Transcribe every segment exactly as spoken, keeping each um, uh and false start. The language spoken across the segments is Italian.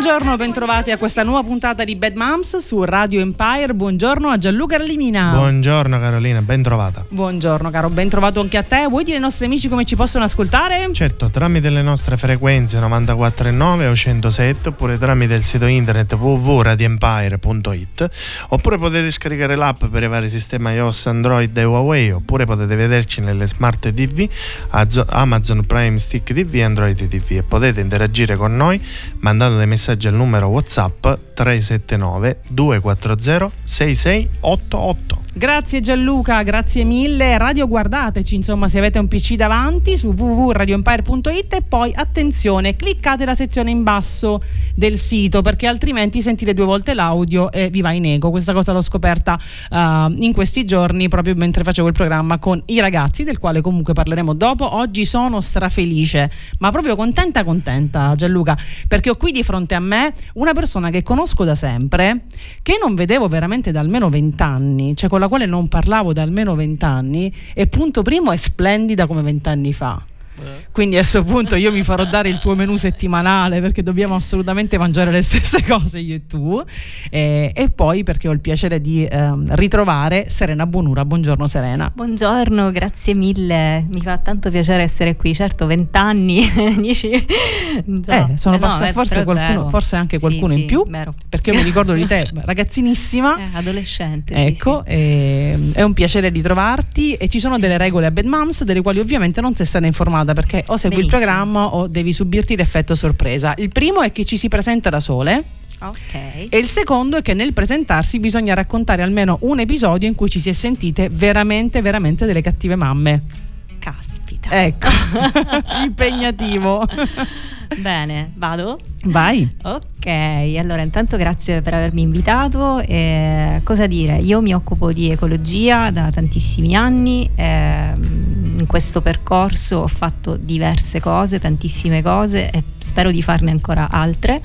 Buongiorno, bentrovati a questa nuova puntata di Bad Moms su Radio Empire. Buongiorno a Gianluca Limina. Buongiorno Carolina, ben trovata. Buongiorno caro, ben trovato anche a te. Vuoi dire ai nostri amici come ci possono ascoltare? Certo, tramite le nostre frequenze novantaquattro virgola nove o centosette, oppure tramite il sito internet w w w punto radio empire punto i t, oppure potete scaricare l'app per i vari sistemi iOS, Android e Huawei, oppure potete vederci nelle Smart T V, Amazon Prime Stick T V e Android T V, e potete interagire con noi mandando dei messaggi al numero WhatsApp tre sette nove due quattro zero sei sei otto otto. Grazie Gianluca, grazie mille. Radio guardateci, insomma, se avete un P C davanti, su w w w punto radio empire punto i t, e poi attenzione, cliccate la sezione in basso del sito, perché altrimenti sentite due volte l'audio e vi va in eco. Questa cosa l'ho scoperta uh, in questi giorni, proprio mentre facevo il programma con i ragazzi, del quale comunque parleremo dopo. Oggi sono strafelice, ma proprio contenta contenta Gianluca, perché ho qui di fronte a me una persona che conosco da sempre, che non vedevo veramente da almeno vent'anni, cioè con la quale non parlavo da almeno vent'anni, e punto primo è splendida come vent'anni fa. Quindi a questo punto io mi farò dare il tuo menù settimanale, perché dobbiamo assolutamente mangiare le stesse cose io e tu, e, e poi perché ho il piacere di eh, ritrovare Serena Buonura. Buongiorno Serena. Buongiorno, grazie mille, mi fa tanto piacere essere qui. Certo, vent'anni dici eh, sono eh, passati, no, forse qualcuno, forse anche qualcuno sì, in più, vero. Perché io mi ricordo di te ragazzinissima, eh, adolescente, ecco, sì, sì. E, è un piacere ritrovarti, e ci sono delle regole a Bad Moms delle quali ovviamente non sei stata informata, perché o segui Benissimo. il programma o devi subirti l'effetto sorpresa. Il primo è che ci si presenta da sole. Okay. E il secondo è che nel presentarsi bisogna raccontare almeno un episodio in cui ci si è sentite veramente veramente delle cattive mamme. Caspita. Ecco. Impegnativo. Bene, vado? Vai. Ok, allora intanto grazie per avermi invitato. Eh, cosa dire? Io mi occupo di ecologia da tantissimi anni. Eh, in questo percorso ho fatto diverse cose, tantissime cose, e spero di farne ancora altre.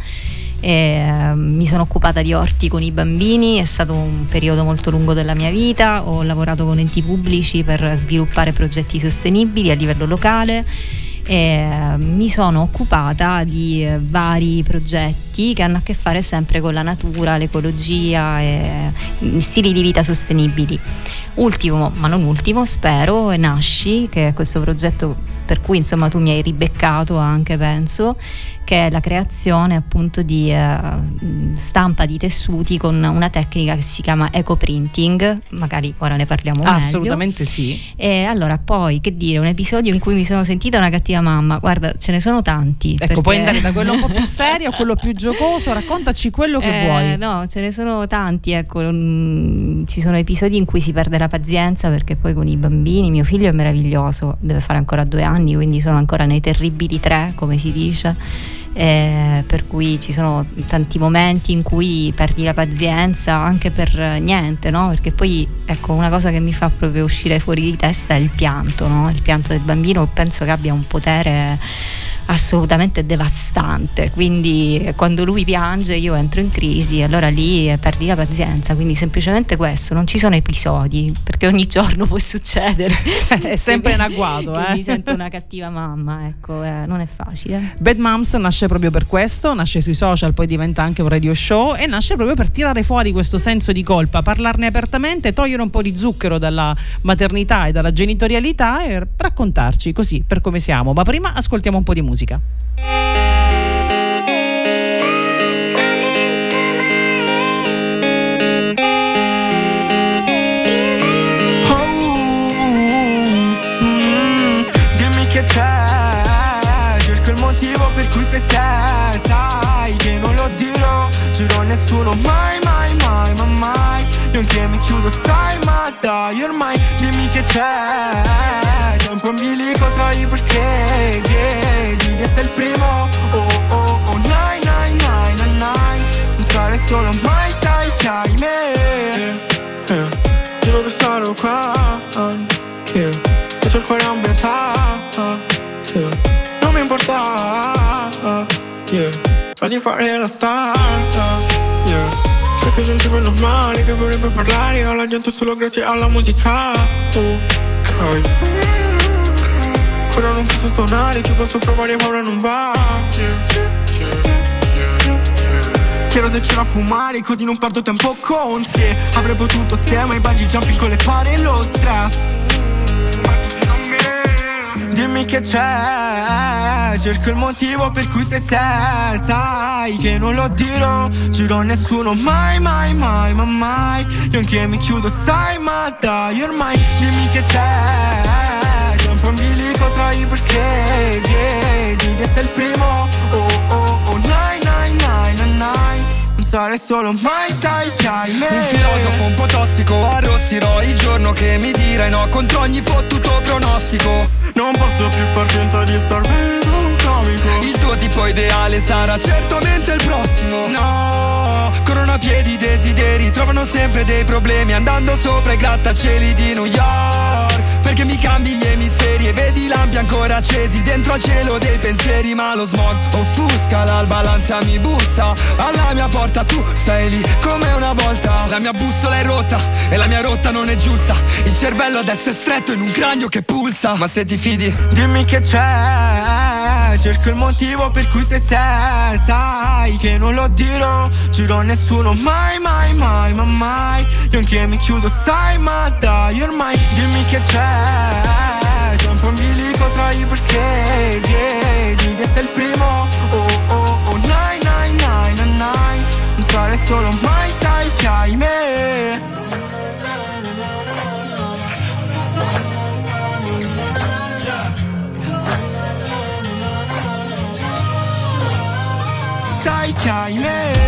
Eh, mi sono occupata di orti con i bambini, è stato un periodo molto lungo della mia vita. Ho lavorato con enti pubblici per sviluppare progetti sostenibili a livello locale. E mi sono occupata di vari progetti che hanno a che fare sempre con la natura, l'ecologia e stili di vita sostenibili. Ultimo, ma non ultimo, spero, è Nasci, che è questo progetto per cui insomma tu mi hai ribeccato anche, penso, che è la creazione appunto di eh, stampa di tessuti con una tecnica che si chiama ecoprinting. Magari ora ne parliamo meglio. Assolutamente sì. E allora poi, che dire, un episodio in cui mi sono sentita una cattiva mamma, guarda, ce ne sono tanti. Ecco, perché... puoi andare da quello un po' più serio a quello più giocoso, raccontaci quello che eh, vuoi. No, ce ne sono tanti, ecco. Mh, ci sono episodi in cui si perde la pazienza, perché poi con i bambini, mio figlio è meraviglioso, deve fare ancora due anni, quindi sono ancora nei terribili tre, come si dice. Eh, per cui ci sono tanti momenti in cui perdi la pazienza anche per niente, no? Perché poi, ecco, una cosa che mi fa proprio uscire fuori di testa è il pianto, no? Il pianto del bambino penso che abbia un potere assolutamente devastante, quindi quando lui piange io entro in crisi, allora lì perdi la pazienza. Quindi semplicemente questo, non ci sono episodi, perché ogni giorno può succedere. È sempre in agguato, eh? Mi sento una cattiva mamma, ecco, eh, non è facile. Bad Moms nasce proprio per questo, nasce sui social, poi diventa anche un radio show, e nasce proprio per tirare fuori questo senso di colpa, parlarne apertamente, togliere un po' di zucchero dalla maternità e dalla genitorialità e raccontarci così per come siamo. Ma prima ascoltiamo un po' di musica. Che c'è, cerco il motivo per cui sei senza, sai che non lo dirò, giuro a nessuno mai, mai, mai, ma mai. Io anche mi chiudo, sai, ma dai ormai, dimmi che c'è. Sempre un bilico tra i perché, credi di essere il primo, oh, oh, oh, nai, nai, nai, nai, nai. Non sarei solo mai, sai che hai me, eh, eh. Giuro che sarò qua, che se c'ho il cuore a metà, yeah. Non mi importa, yeah. Fagli fare la star, yeah. Perché sono tipo normale che vorrebbe parlare alla gente solo grazie alla musica, ok. Ora non posso suonare, ci posso provare ma ora non va, yeah. Yeah. Yeah. Chiedo se c'era a fumare così non perdo tempo con te. Avrei potuto assieme ai bungee jumping con le pare e lo stress. Dimmi che c'è, cerco il motivo per cui sei sad. Sai che non lo dirò, giuro a nessuno mai, mai, mai, ma mai. Io anche mi chiudo, sai, ma dai ormai. Dimmi che c'è, sempre un bilico tra i perché chiedi di essere il primo. Oh, oh, oh, nine, nine, nine, nine. Non sarei solo mai, sai che hai me. Un filosofo un po' tossico, arrossirò il giorno che mi dirai no contro ogni fottuto pronostico. Non posso più far finta di star bene, sono un comico. Il tuo tipo ideale sarà certamente il prossimo. No, corrono a piedi i desideri, trovano sempre dei problemi andando sopra i grattacieli di New York. Perché mi cambi gli emisferi e vedi lampi ancora accesi dentro al cielo dei pensieri. Ma lo smog offusca l'alba, l'ansia mi bussa alla mia porta, tu stai lì come una volta. La mia bussola è rotta e la mia rotta non è giusta. Il cervello adesso è stretto in un cranio che pulsa. Ma se ti fidi, dimmi che c'è, cerco il motivo per cui sei sad. Sai che non lo dirò, giuro a nessuno mai, mai, mai, ma mai. Io anche mi chiudo, sai, ma dai ormai. Dimmi che c'è, sempre un bilico tra i perché chiedi di essere il primo. Oh, oh, oh, nine, nine, nine, nine. Non sarei solo mai, sai che hai me. Sai che hai me.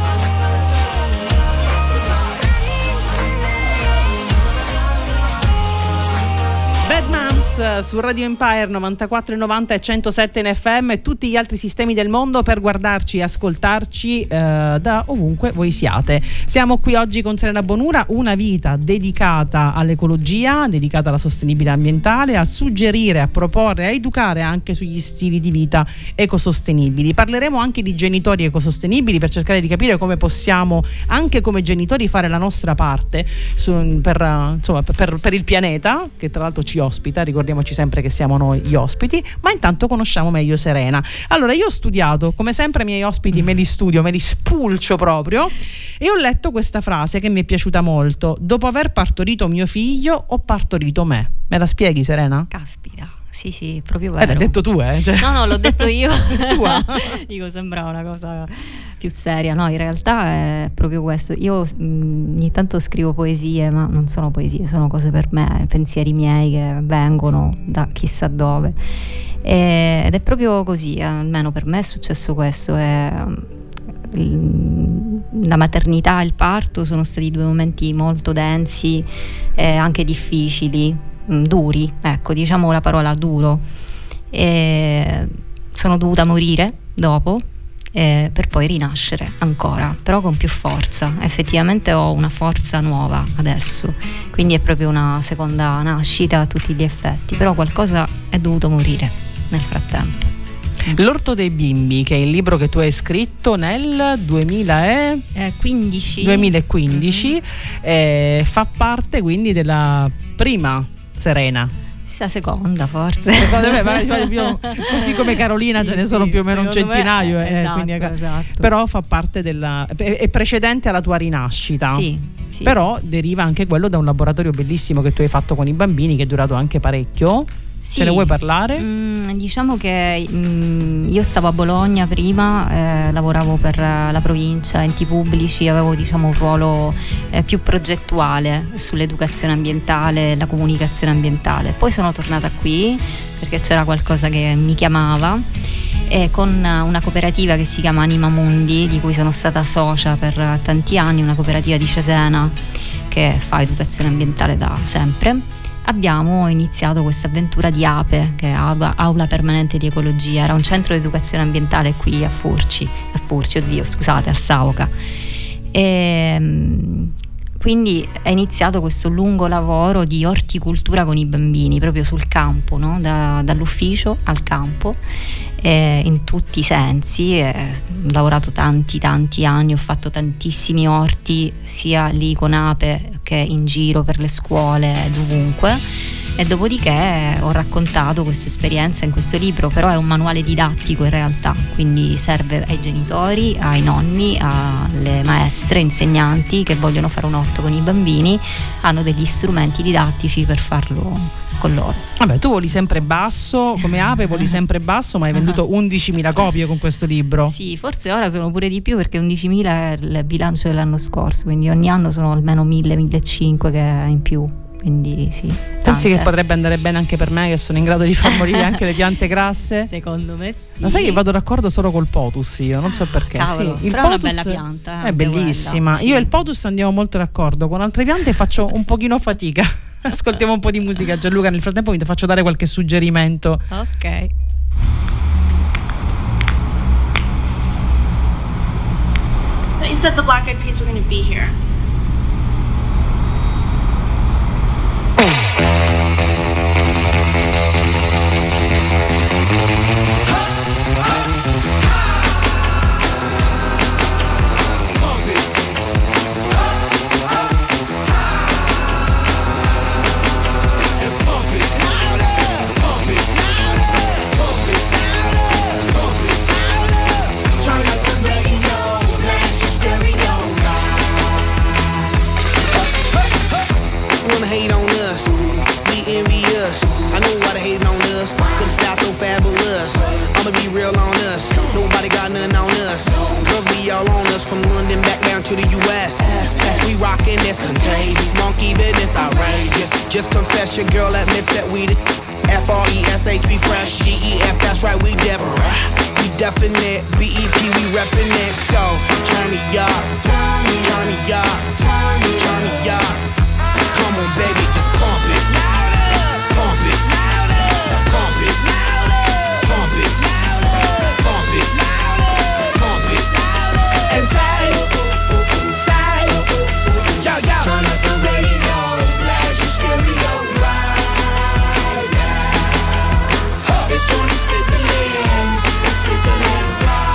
Bad Moms su Radio Empire novantaquattro e novanta e centosette in F M e tutti gli altri sistemi del mondo per guardarci e ascoltarci eh, da ovunque voi siate. Siamo qui oggi con Serena Bonura, una vita dedicata all'ecologia, dedicata alla sostenibilità ambientale, a suggerire, a proporre, a educare anche sugli stili di vita ecosostenibili. Parleremo anche di genitori ecosostenibili per cercare di capire come possiamo anche come genitori fare la nostra parte su, per, insomma, per, per il pianeta, che tra l'altro ci ospita, ricordiamoci sempre che siamo noi gli ospiti, ma intanto conosciamo meglio Serena. Allora, io ho studiato, come sempre i miei ospiti me li studio, me li spulcio proprio, e ho letto questa frase che mi è piaciuta molto: dopo aver partorito mio figlio ho partorito me. Me la spieghi, Serena? Caspita. Sì, sì, proprio vero. Eh, l'hai detto tu, eh? Cioè... No, no, l'ho detto io. Tua? Dico, sembra una cosa più seria. No, in realtà è proprio questo. Io mh, ogni tanto scrivo poesie, ma non sono poesie, sono cose per me, pensieri miei che vengono da chissà dove. E, ed è proprio così, almeno per me è successo questo. È, la maternità e il parto sono stati due momenti molto densi e anche difficili, duri, ecco, diciamo la parola duro. E sono dovuta morire dopo eh, per poi rinascere ancora, però con più forza. Effettivamente ho una forza nuova adesso, quindi è proprio una seconda nascita a tutti gli effetti, però qualcosa è dovuto morire nel frattempo. L'orto dei bimbi, che è il libro che tu hai scritto nel duemilaquindici, duemilaquindici mm-hmm. eh, fa parte quindi della prima Serena. La seconda forse. Secondo me, ma, io, così come Carolina, sì, ce ne sono sì, più o meno un centinaio, me, eh, esatto, quindi, esatto. Però fa parte della, è precedente alla tua rinascita. Sì, sì. Però deriva anche quello da un laboratorio bellissimo che tu hai fatto con i bambini, che è durato anche parecchio. Sì. Ce ne vuoi parlare? Mm, diciamo che mm, io stavo a Bologna prima, eh, lavoravo per la provincia, enti pubblici, avevo diciamo un ruolo eh, più progettuale sull'educazione ambientale, la comunicazione ambientale. Poi sono tornata qui perché c'era qualcosa che mi chiamava, e con una cooperativa che si chiama Anima Mundi, di cui sono stata socia per tanti anni, una cooperativa di Cesena che fa educazione ambientale da sempre. Abbiamo iniziato questa avventura di APE, che è Aula, Aula Permanente di Ecologia. Era un centro di educazione ambientale qui a Furci, a Furci, oddio, scusate, a Sauca. E quindi è iniziato questo lungo lavoro di orticoltura con i bambini, proprio sul campo, no? Da, dall'ufficio al campo, eh, in tutti i sensi. Eh, ho lavorato tanti tanti anni, ho fatto tantissimi orti sia lì con APE che in giro per le scuole, dovunque, e dopodiché ho raccontato questa esperienza in questo libro, però è un manuale didattico in realtà, quindi serve ai genitori, ai nonni, alle maestre, insegnanti che vogliono fare un orto con i bambini, hanno degli strumenti didattici per farlo con loro. Vabbè, tu voli sempre basso, come Ape voli sempre basso, ma hai venduto undicimila copie con questo libro. Sì, forse ora sono pure di più, perché undicimila è il bilancio dell'anno scorso, quindi ogni anno sono almeno mille, millecinquecento che è in più. Quindi sì. Pensi tante. che potrebbe andare bene anche per me, che sono in grado di far morire anche le piante grasse? Secondo me sì. Ma sai che vado d'accordo solo col potus io, non so perché. Cavolo, sì, il però potus è una bella pianta. È bellissima. Sì. Io e il potus andiamo molto d'accordo, con altre piante faccio un pochino fatica. Ascoltiamo un po' di musica, Gianluca, nel frattempo ti faccio dare qualche suggerimento. Ok. You said the Black Eyed Peas were going to be here. From London back down to the U S As we rockin', it's contagious. Monkey business outrageous. Just confess your girl admits that we the F R E S H, we fresh. G E F, that's right, we def. We definite. B E P, we reppin' it. So, turn me up, turn me up, turn me up. Come on, baby, just pump it. Pump it. Pump it. Pump it. Pump it. Pump it. And say, say, yo, yo. Turn up the radio, blast your stereo right now. This joint is fizzling, it's sizzling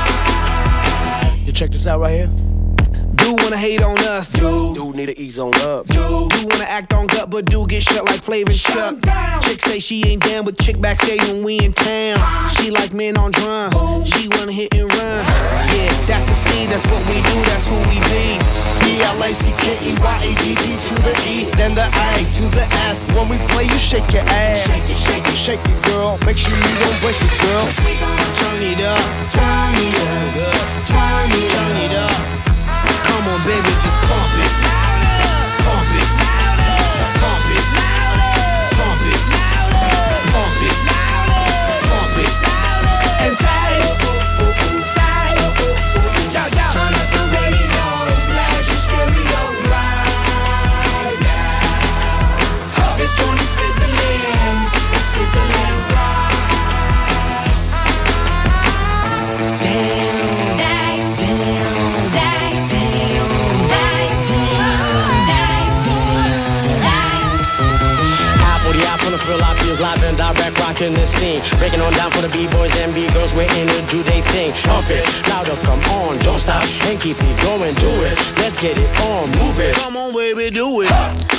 right. You check this out right here. Do wanna hate on us, do. Do need to ease on up, do. Do wanna act on gut, but do get shut like Flavor Shut. Chick say she ain't down, but chick backstage when we in town. She like men on drums, she wanna hit and run. Yeah, that's the speed, that's what we do, that's who we be. B L A C K E Y A D D to the E, then the A to the S. When we play, you shake your ass. Shake it, shake it, shake it, girl. Make sure you don't break it, girl. We gon' turn it up, turn it up, turn it, turn it up. Come on, baby, just pump it. Pump it. Pump it. Pump it. Pump it. Pump it. And say, say, yo, yo. Turn up the radio, blast your stereo right now. This joint is fizzling, it's sizzling right. Damn, damn, damn, damn, damn, damn, damn. Apple, the apple, the feel like feels live and direct, rocking the scene. Breaking on down for the B-boys and B-girls, we're in to do they thing. Pump it, louder, come on, don't stop, and keep it going, do it. Let's get it on, move it. Come on, baby, do it.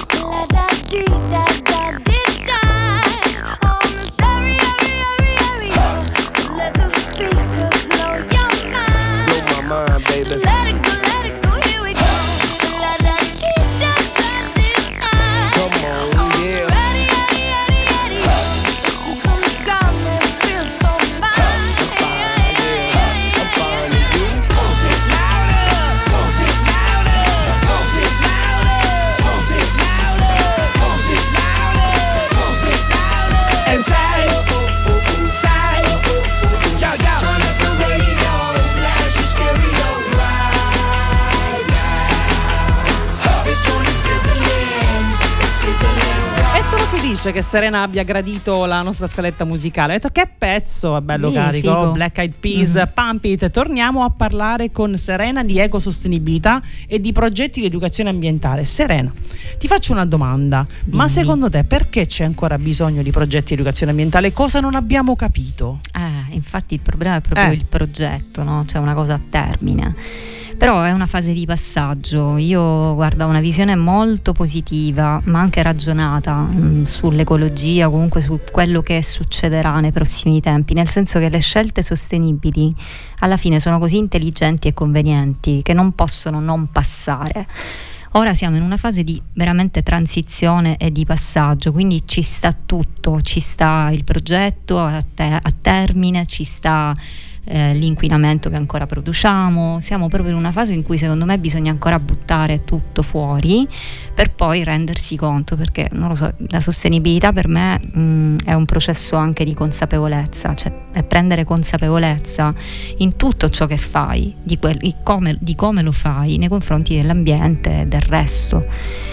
Blow my mind, baby. Let it go, let it go, here we go. La da dee da da dee da. Come on, yeah. Ready, ready, ready, ready. This is some got me feel so fine. I'm fine with you. Pump it louder, pump it louder, pump it louder, pump it louder, pump it louder, pump it louder. And say, say, yo, yo. Turn up the radio, blast your stereo right now. This joint is fizzling, it's sizzling right. E sono felice che Serena abbia gradito la nostra scaletta musicale. Ha detto che pezzo, è bello Sì, carico, figo. Black Eyed Peas, Mm-hmm. Pump It. Torniamo a parlare con Serena di ecosostenibilità e di progetti di educazione ambientale. Serena, ti faccio una domanda, ma secondo te perché c'è ancora bisogno di progetti di educazione ambientale? Cosa non abbiamo capito? Eh, infatti il problema è proprio Eh. il progetto, no? Cioè una cosa a termine. Però è una fase di passaggio. Io guardo una visione molto positiva, ma anche ragionata mh, sull'ecologia, comunque su quello che succederà nei prossimi tempi, nel senso che le scelte sostenibili alla fine sono così intelligenti e convenienti che non possono non passare. Ora siamo in una fase di veramente transizione e di passaggio, quindi ci sta tutto, ci sta il progetto a, te- a termine, ci sta eh, l'inquinamento che ancora produciamo. Siamo proprio in una fase in cui secondo me bisogna ancora buttare tutto fuori per poi rendersi conto, perché non lo so, la sostenibilità per me mh, è un processo anche di consapevolezza, cioè è prendere consapevolezza in tutto ciò che fai, di, quel, di, come, di come lo fai nei confronti dell'ambiente e del resto.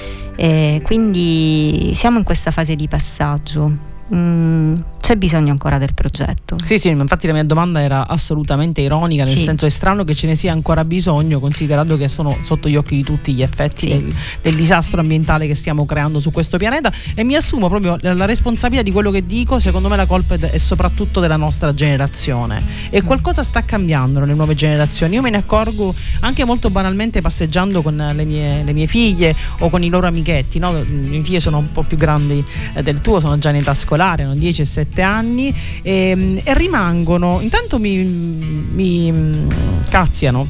E quindi siamo in questa fase di passaggio. Mm, c'è bisogno ancora del progetto. Sì, sì, infatti la mia domanda era assolutamente ironica, nel sì. senso è strano che ce ne sia ancora bisogno, considerando che sono sotto gli occhi di tutti gli effetti sì. del, del disastro ambientale che stiamo creando su questo pianeta, e mi assumo proprio la responsabilità di quello che dico. Secondo me la colpa è soprattutto della nostra generazione, e qualcosa sta cambiando nelle nuove generazioni. Io me ne accorgo anche molto banalmente passeggiando con le mie, le mie figlie o con i loro amichetti, no? Le mie figlie sono un po' più grandi eh, del tuo, sono già in età scolare, hanno dieci e sette anni, e, e rimangono, intanto mi, mi cazziano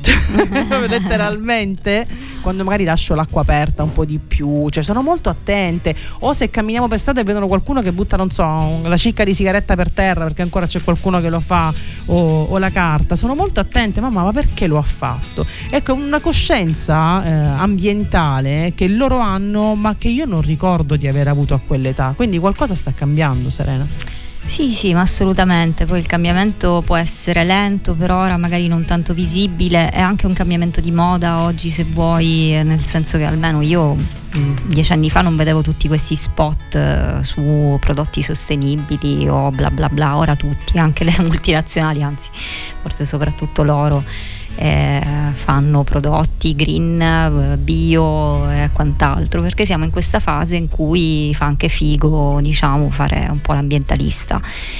letteralmente quando magari lascio l'acqua aperta un po' di più, cioè sono molto attente, o se camminiamo per strada e vedono qualcuno che butta, non so, la cicca di sigaretta per terra perché ancora c'è qualcuno che lo fa, o, o la carta, sono molto attente. Mamma, ma perché lo ha fatto? Ecco, una coscienza eh, ambientale che loro hanno, ma che io non ricordo di aver avuto a quell'età. Quindi qualcosa sta cambiando, Serena. Sì, sì, ma assolutamente. Poi il cambiamento può essere lento, per ora magari non tanto visibile. È anche un cambiamento di moda oggi, se vuoi, nel senso che almeno io mh, dieci anni fa non vedevo tutti questi spot eh, su prodotti sostenibili o bla bla bla. Ora tutti, anche le multinazionali, anzi forse soprattutto loro, eh, fanno prodotti green, bio e quant'altro, perché siamo in questa fase in cui fa anche figo, diciamo, fare un po' l'ambientalista.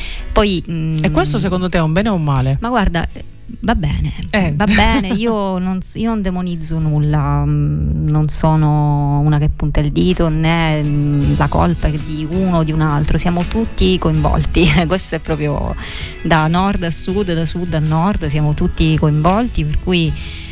Poi mh, e questo secondo te è un bene o un male? Ma guarda, va bene, eh. va bene, io non, io non demonizzo nulla, non sono una che punta il dito, né la colpa è di uno o di un altro, siamo tutti coinvolti. Questo è proprio da nord a sud, da sud a nord, siamo tutti coinvolti, per cui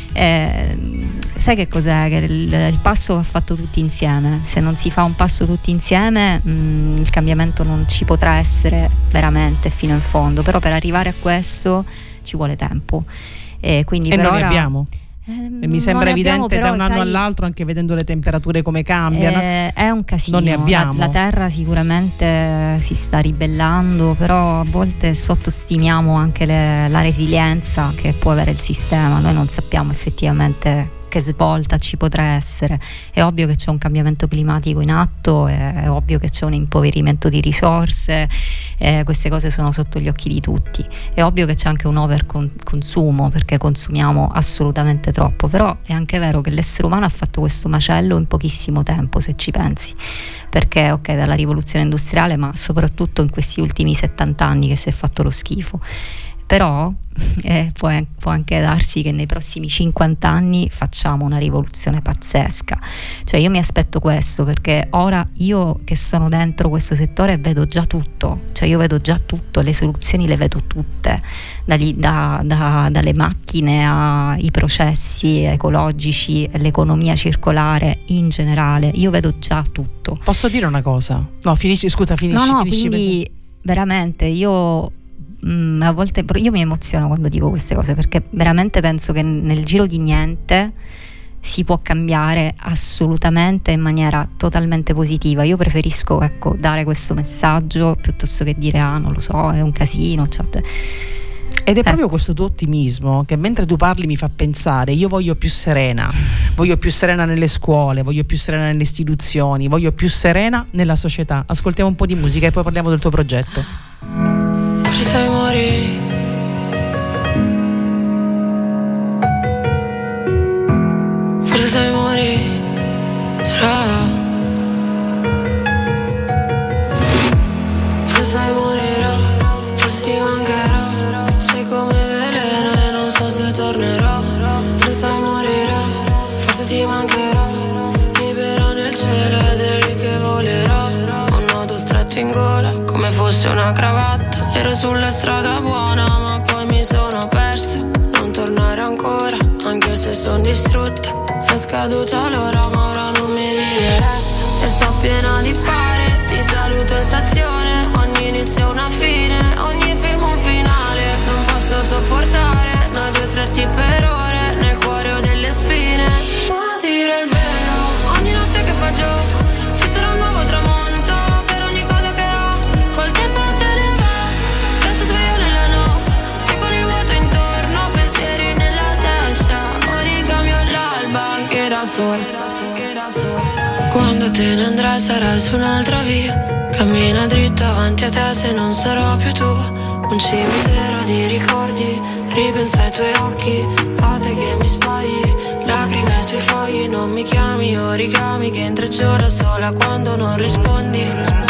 eh, sai che cos'è? Che il, il passo va fatto tutti insieme. Se non si fa un passo tutti insieme, mh, il cambiamento non ci potrà essere veramente fino in fondo. Però per arrivare a questo ci vuole tempo, e quindi e per noi ora ne abbiamo. Eh, mi sembra evidente, abbiamo, però, da un anno sai, all'altro, anche vedendo le temperature come cambiano, eh, è un casino. Non ne abbiamo. La, la terra sicuramente si sta ribellando, però a volte sottostimiamo anche le, la resilienza che può avere il sistema. Noi non sappiamo effettivamente che svolta ci potrà essere. È ovvio che c'è un cambiamento climatico in atto, è, è ovvio che c'è un impoverimento di risorse, eh, queste cose sono sotto gli occhi di tutti. È ovvio che c'è anche un overconsumo, perché consumiamo assolutamente troppo, però è anche vero che l'essere umano ha fatto questo macello in pochissimo tempo, se ci pensi, perché ok, dalla rivoluzione industriale, ma soprattutto in questi ultimi settanta anni che si è fatto lo schifo. Però eh, può, può anche darsi che nei prossimi cinquanta anni facciamo una rivoluzione pazzesca. Cioè io mi aspetto questo, perché ora io che sono dentro questo settore vedo già tutto, cioè io vedo già tutto, le soluzioni le vedo tutte, da lì, da, da, dalle macchine ai processi ecologici, l'economia circolare in generale, io vedo già tutto. Posso dire una cosa? No, finisci, scusa, finisci. No, no, finisci quindi per... veramente io... Mm, a volte io mi emoziono quando dico queste cose, perché veramente penso che nel giro di niente si può cambiare assolutamente in maniera totalmente positiva. Io preferisco, ecco, dare questo messaggio piuttosto che dire ah non lo so, è un casino, cioè. Ed è ecco. proprio questo tuo ottimismo che mentre tu parli mi fa pensare, io voglio più serena, voglio più serena nelle scuole, voglio più serena nelle istituzioni, voglio più serena nella società. Ascoltiamo un po' di musica e poi parliamo del tuo progetto. Forse sai morire, forse sai morire, forse sai morirò, forse ti mancherò, sei come veleno e non so se tornerò, forse sai morire. in gola come fosse una cravatta. Ero sulla strada buona ma poi mi sono persa. Non tornare ancora, anche se sono distrutta. È scaduta l'ora ma ora non mi interessa. E sto piena di pare, ti saluto in stazione. Ogni inizio una fine, ogni film un finale. Non posso sopportare noi due stretti per ore nel cuore ho delle spine. Ma a dire il vero, ogni notte che fa giù ci sarà un nuovo tramonto per ogni cosa che ho. Col tempo se ne va, resto sveglio nella notte con il vuoto intorno, pensieri nella testa. Origami all'alba anche da sola. Quando te ne andrai sarai su un'altra via. Cammina dritto avanti a te se non sarò più tua. Un cimitero di ricordi, ripensa ai tuoi occhi, a te che mi spagli, lacrime sui fogli. Non mi chiami origami che intreccio da sola quando non rispondi.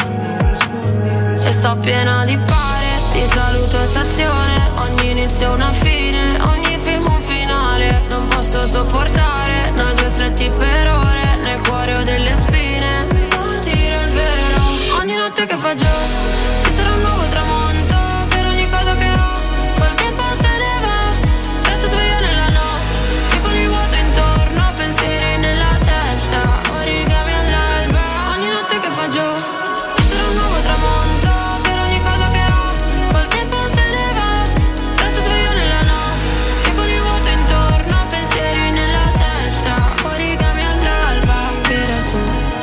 E sto piena di pare, ti saluto in stazione. Ogni inizio una fine, ogni film un finale. Non posso sopportare noi due stretti per ore nel cuore ho delle spine. A dire il vero, ogni notte che fa giù ci sarà un nuovo tramonto per ogni cosa che ho. Quel tempo se ne va, resto sveglio nella notte con il vuoto intorno, pensieri nella testa. Origami all'alba, ogni notte che fa giù ci sarà un nuovo tramonto per ogni cosa che ho. Quel tempo se ne va, resto sveglio nella notte con il vuoto intorno, pensieri nella testa. Origami all'alba, che da su.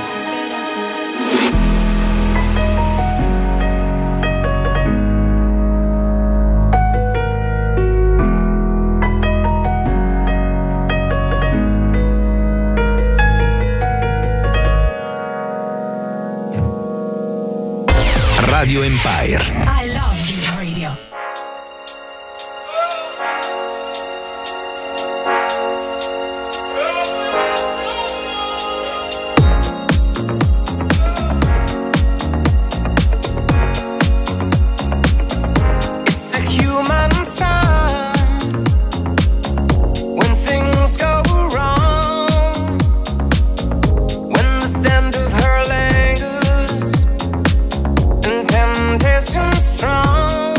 Radio Empire. I love you radio. It's a human sign when things go wrong, when the scent of her lingers and temptation strong.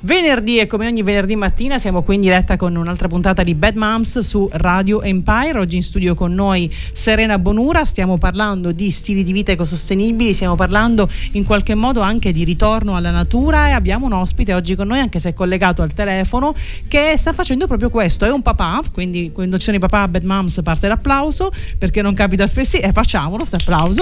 Venerdì, e come ogni venerdì mattina siamo qui in diretta con un'altra puntata di Bad Moms su Radio Empire. Oggi in studio con noi Serena Bonura, stiamo parlando di stili di vita ecosostenibili, stiamo parlando in qualche modo anche di ritorno alla natura, e abbiamo un ospite oggi con noi, anche se è collegato al telefono, che sta facendo proprio questo. È un papà, quindi quando ci sono i papà a Bad Moms parte l'applauso, perché non capita spesso, e eh, facciamolo sto applauso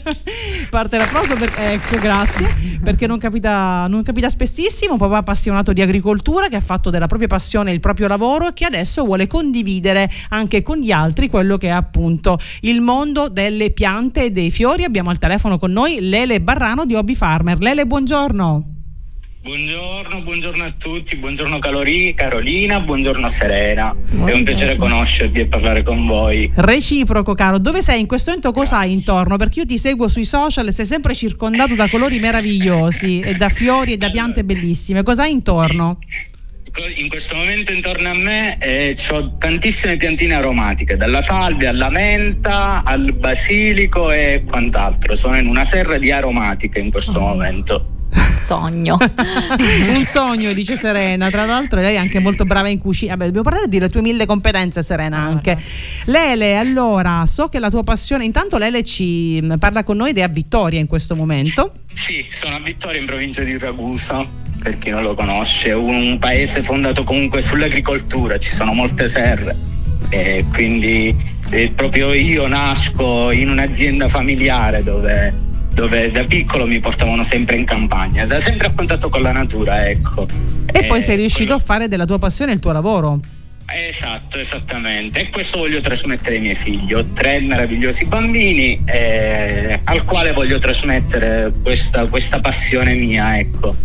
parte l'applauso per, ecco, grazie, perché non capita, non capita spessissimo. Un papà appassionato di agricoltura, che ha fatto della propria passione il proprio lavoro e che adesso vuole condividere anche con gli altri quello che è appunto il mondo delle piante e dei fiori. Abbiamo al telefono con noi Lele Barrano di Hobby Farmer. Lele, buongiorno. Buongiorno, buongiorno a tutti, buongiorno Calori, Carolina, buongiorno Serena. Buongiorno. È un piacere conoscervi e parlare con voi. Reciproco, caro. Dove sei in questo momento? Cosa hai intorno? Perché io ti seguo sui social, sei sempre circondato da colori meravigliosi e da fiori e da piante bellissime. Cosa hai intorno? In questo momento intorno a me eh, ho tantissime piantine aromatiche, dalla salvia alla menta al basilico e quant'altro. Sono in una serra di aromatiche in questo oh. momento. Sogno. Un sogno, dice Serena. Tra l'altro lei è anche molto brava in cucina. Vabbè, dobbiamo parlare delle tue mille competenze, Serena, anche. Oh, no. Lele, allora, so che la tua passione, intanto Lele ci parla con noi ed è a Vittoria in questo momento. Sì, sono a Vittoria in provincia di Ragusa, per chi non lo conosce. È un paese fondato comunque sull'agricoltura, ci sono molte serre e quindi eh, proprio io nasco in un'azienda familiare dove dove da piccolo mi portavano sempre in campagna, da sempre a contatto con la natura, ecco. E, e poi sei riuscito quello... a fare della tua passione il tuo lavoro. Esatto, esattamente. E questo voglio trasmettere ai miei figli. Ho tre meravigliosi bambini eh, al quale voglio trasmettere questa, questa passione mia, ecco.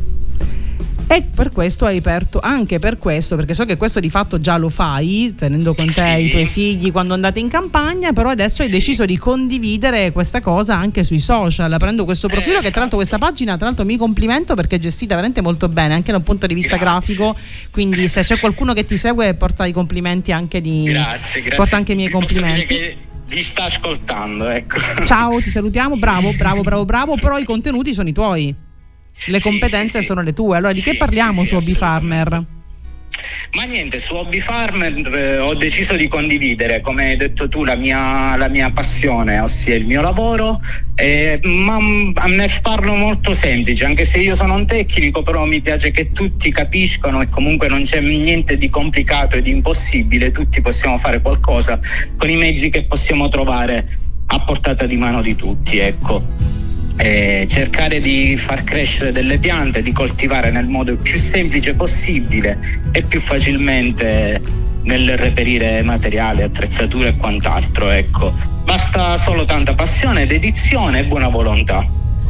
E per questo hai aperto, anche per questo, perché so che questo di fatto già lo fai, tenendo con te sì. i tuoi figli quando andate in campagna, però adesso hai sì. deciso di condividere questa cosa anche sui social. Prendo questo profilo eh, che tra l'altro questa pagina, tra l'altro mi complimento perché è gestita veramente molto bene, anche da un punto di vista grazie. grafico, quindi se c'è qualcuno che ti segue porta i complimenti anche di... Grazie, grazie. Porta anche i miei complimenti. Vi sta ascoltando, ecco. Ciao, ti salutiamo, bravo, bravo, bravo, bravo, però i contenuti sono i tuoi. Le sì, competenze sì, sono sì. le tue. Allora di sì, che parliamo sì, su Hobby Farmer? Ma niente, su Hobby Farmer eh, ho deciso di condividere, come hai detto tu, la mia, la mia passione, ossia il mio lavoro, eh, ma a me farlo molto semplice, anche se io sono un tecnico, però mi piace che tutti capiscono e comunque non c'è niente di complicato e di impossibile, tutti possiamo fare qualcosa con i mezzi che possiamo trovare a portata di mano di tutti, ecco. Eh, cercare di far crescere delle piante, di coltivare nel modo più semplice possibile e più facilmente nel reperire materiale, attrezzature e quant'altro, ecco. Basta solo tanta passione, dedizione e buona volontà.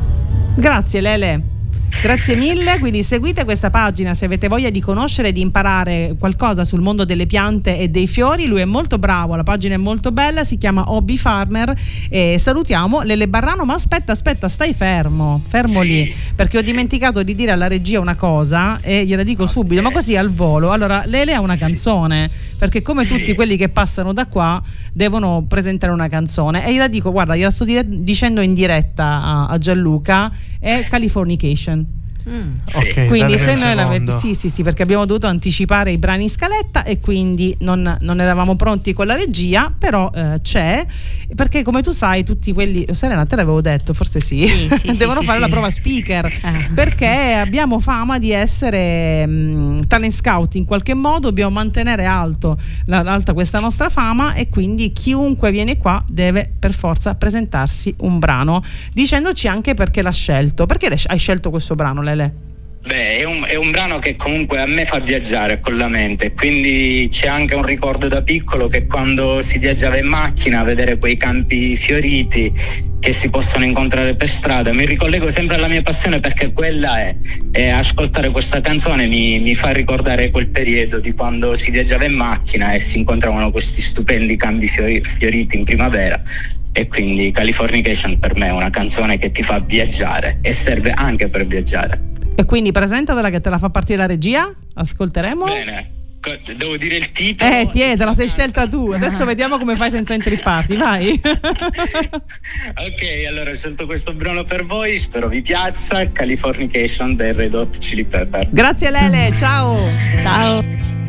Grazie Lele. Grazie mille, quindi seguite questa pagina se avete voglia di conoscere e di imparare qualcosa sul mondo delle piante e dei fiori. Lui è molto bravo, la pagina è molto bella, si chiama Hobby Farmer. E salutiamo Lele Barrano. Ma aspetta, aspetta, stai fermo, fermo sì, lì, perché ho sì. dimenticato di dire alla regia una cosa e gliela dico okay. subito, ma così al volo. Allora, Lele ha una canzone, perché come tutti sì. quelli che passano da qua devono presentare una canzone, e gliela dico, guarda, gliela sto dire, dicendo in diretta a, a Gianluca, è Californication. Mm. Okay, quindi se noi la, sì sì sì perché abbiamo dovuto anticipare i brani in scaletta e quindi non, non eravamo pronti con la regia, però eh, c'è, perché come tu sai tutti quelli, Serena te l'avevo detto, forse sì, sì, sì devono sì, fare sì. la prova speaker eh. perché abbiamo fama di essere mh, talent scout in qualche modo, dobbiamo mantenere alto la, alta questa nostra fama, e quindi chiunque viene qua deve per forza presentarsi un brano dicendoci anche perché l'ha scelto. Perché hai scelto questo brano, Lele? Beh, è un, è un brano che comunque a me fa viaggiare con la mente, quindi c'è anche un ricordo da piccolo che quando si viaggiava in macchina a vedere quei campi fioriti che si possono incontrare per strada, mi ricollego sempre alla mia passione, perché quella è, e ascoltare questa canzone mi, mi fa ricordare quel periodo di quando si viaggiava in macchina e si incontravano questi stupendi campi fiori, fioriti in primavera. E quindi Californication per me è una canzone che ti fa viaggiare e serve anche per viaggiare. E quindi presentatela che te la fa partire la regia, ascolteremo. Bene, Devo dire il titolo? Eh, tiè, te la sei scelta tu. Adesso vediamo come fai senza intripparti, vai. Ok, allora ho scelto questo brano per voi, spero vi piaccia. Californication dei Red Hot Chili Pepper. Grazie Lele, ciao. Ciao.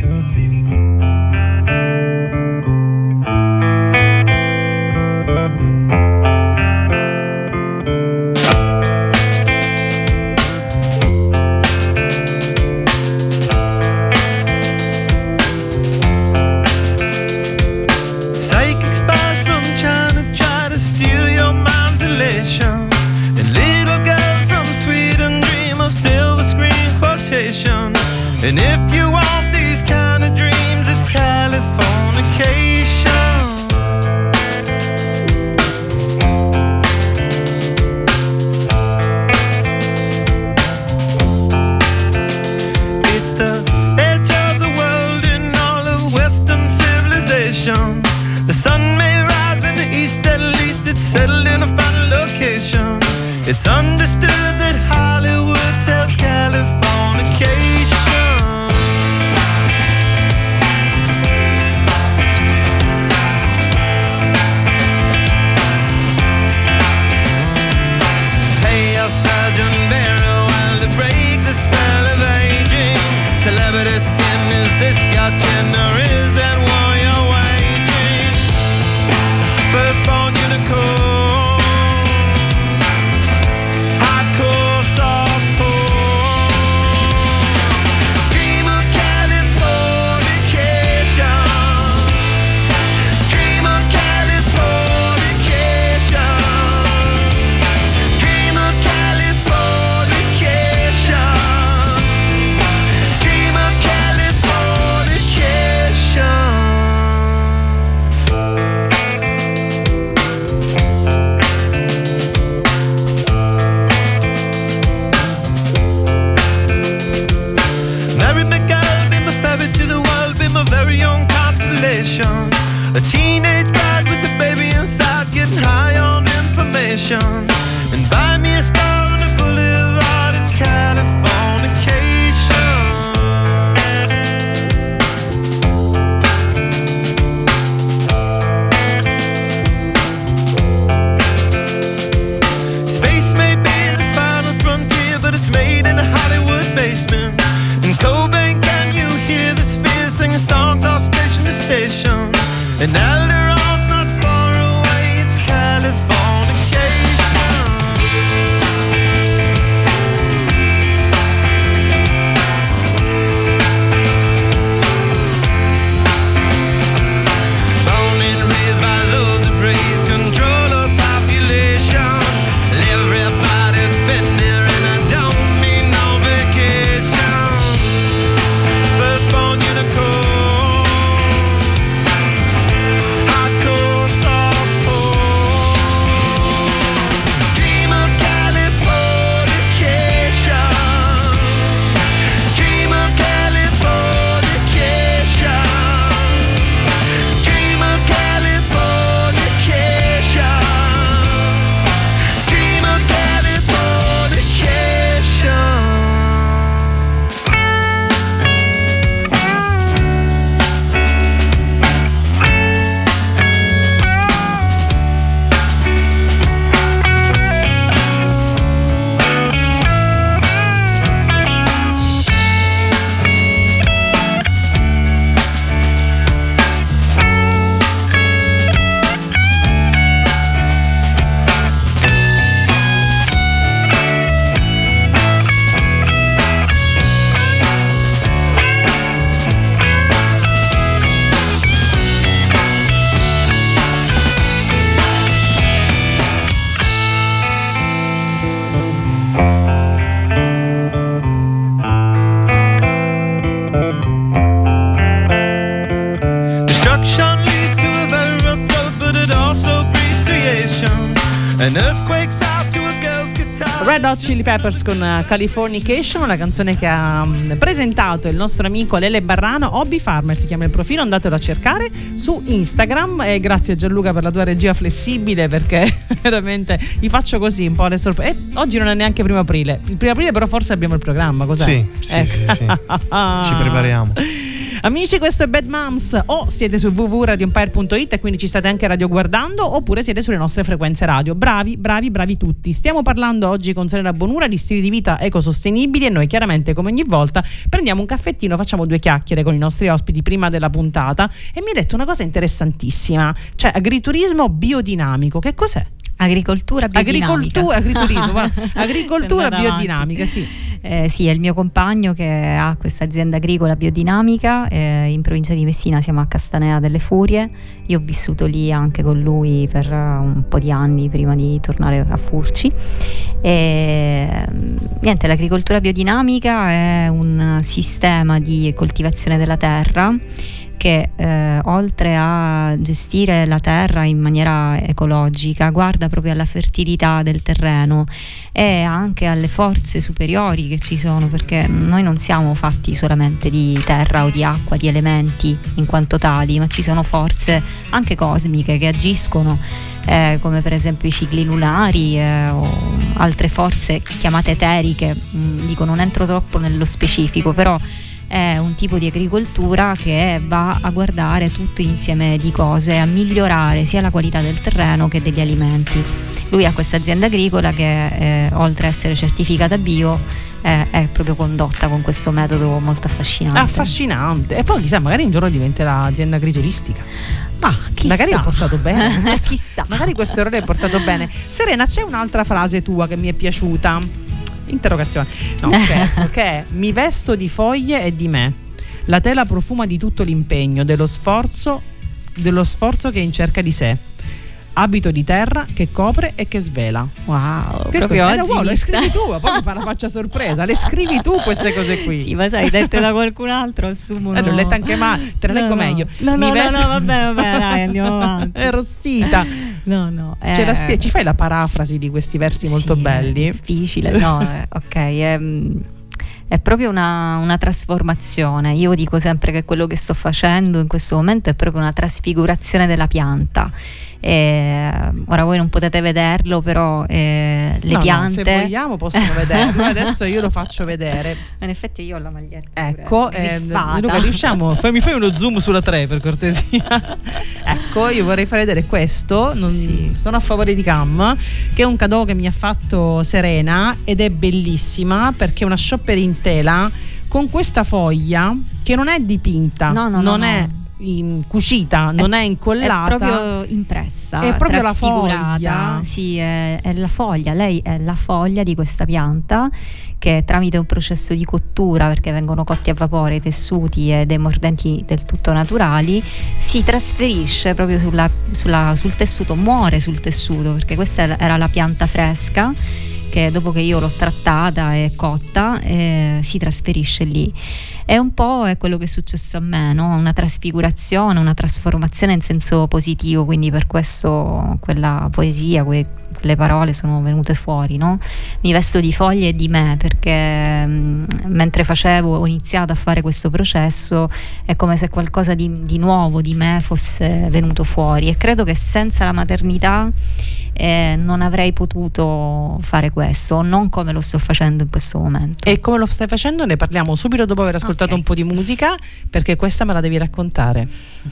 And if you want these kind of dreams, it's Californication. It's the edge of the world in all of Western civilization. The sun may rise in the east, at least it's settled in a final location. It's understood that Hollywood sells Californication. Is this your gender? Is that war you're waging? Firstborn unicorn, hardcore softcore. Dream of Californication. Dream of Californication. Dream of Californication. Dream of a teenage bride with a baby inside, getting high on information. And buy me a star on the boulevard, it's Californication. Space may be the final frontier, but it's made in a Hollywood basement. In Cobain, can you hear the spheres singing songs off station to station? And Alderon's not far away, it's Californication. Born and raised by those who praise control of population. Everybody's been there and I don't need no vacation. Firstborn unicorn. Red Hot Chili Peppers con Californication, la canzone che ha presentato il nostro amico Lele Barrano. Hobby Farmer si chiama il profilo, andatelo a cercare su Instagram. E grazie a Gianluca per la tua regia flessibile, perché veramente vi faccio così un po' le sorprese. Eh, oggi non è neanche primo aprile, il primo aprile però forse abbiamo il programma, cos'è? Sì, sì, eh. sì, sì. Ci prepariamo. Amici, questo è Bad Moms. O siete su w w w punto radio empire punto it e quindi ci state anche radioguardando, oppure siete sulle nostre frequenze radio. Bravi, bravi, bravi tutti. Stiamo parlando oggi con Serena Bonura di stili di vita ecosostenibili e noi chiaramente, come ogni volta, prendiamo un caffettino, facciamo due chiacchiere con i nostri ospiti prima della puntata e mi hai detto una cosa interessantissima, cioè agriturismo biodinamico. Che cos'è? Agricoltura biodinamica. Agricoltura, agriturismo, agricoltura biodinamica, sì. Eh, sì, è il mio compagno che ha questa azienda agricola biodinamica, eh, in provincia di Messina, siamo a Castanea delle Furie. Io ho vissuto lì anche con lui per un po' di anni prima di tornare a Furci. E, niente, l'agricoltura biodinamica è un sistema di coltivazione della terra che eh, oltre a gestire la terra in maniera ecologica guarda proprio alla fertilità del terreno e anche alle forze superiori che ci sono, perché noi non siamo fatti solamente di terra o di acqua, di elementi in quanto tali, ma ci sono forze anche cosmiche che agiscono, eh, come per esempio i cicli lunari eh, o altre forze chiamate eteriche. Mh, dico, non entro troppo nello specifico, però è un tipo di agricoltura che va a guardare tutto l'insieme di cose, a migliorare sia la qualità del terreno che degli alimenti. Lui ha questa azienda agricola che eh, oltre a essere certificata bio eh, è proprio condotta con questo metodo molto affascinante. Affascinante. E poi chissà, magari un giorno diventerà azienda agrituristica. Ma chissà. Magari ho portato bene. Questo, chissà. Magari questo errore è portato bene. Serena, c'è un'altra frase tua che mi è piaciuta. Interrogazione. No, scherzo. Che è: mi vesto di foglie e di me. La tela profuma di tutto l'impegno, dello sforzo, dello sforzo che è in cerca di sé. Abito di terra che copre e che svela. Wow, che proprio oggi oggi wow, le scrivi tu, poi mi fa la faccia sorpresa. Le scrivi tu queste cose qui. Sì, ma sai, dette da qualcun altro assumono. Eh, l'ho letta anche male, te la leggo no, meglio. No, mi no, vesto... no, no, vabbè, vabbè, dai, andiamo avanti. È rossita. No, no. Eh... Ce la spie- ci fai la parafrasi di questi versi molto sì, belli? È difficile, no, eh, ok. Ehm... È proprio una, una trasformazione. Io dico sempre che quello che sto facendo in questo momento è proprio una trasfigurazione della pianta. E ora voi non potete vederlo, però eh, le no, piante no, se vogliamo possono vederlo. Adesso io lo faccio vedere. In effetti io ho la maglietta. Ecco, eh, Luca, riusciamo? Fammi fai uno zoom sulla tre per cortesia. Ecco, io vorrei far vedere questo. Non, sì. Sono a favore di Cam, che è un cadeau che mi ha fatto Serena ed è bellissima perché è una shopper in tela con questa foglia che non è dipinta, no, no, non no, è no. In, cucita, non è incollata, è proprio impressa, è proprio la foglia. Sì, è, è la foglia. Lei è la foglia di questa pianta che tramite un processo di cottura, perché vengono cotti a vapore i tessuti e dei mordenti del tutto naturali, si trasferisce proprio sulla, sulla, sul tessuto, muore sul tessuto, perché questa era la pianta fresca che dopo che io l'ho trattata e cotta eh, si trasferisce lì. È un po' è quello che è successo a me, no? Una trasfigurazione, una trasformazione in senso positivo, quindi per questo quella poesia, que- quelle parole sono venute fuori, no? Mi vesto di foglie e di me, perché mh, mentre facevo, ho iniziato a fare questo processo, è come se qualcosa di, di nuovo di me fosse venuto fuori, e credo che senza la maternità eh, non avrei potuto fare questo, non come lo sto facendo in questo momento. E come lo stai facendo ne parliamo subito dopo aver ascoltato okay. un po' di musica, perché questa me la devi raccontare.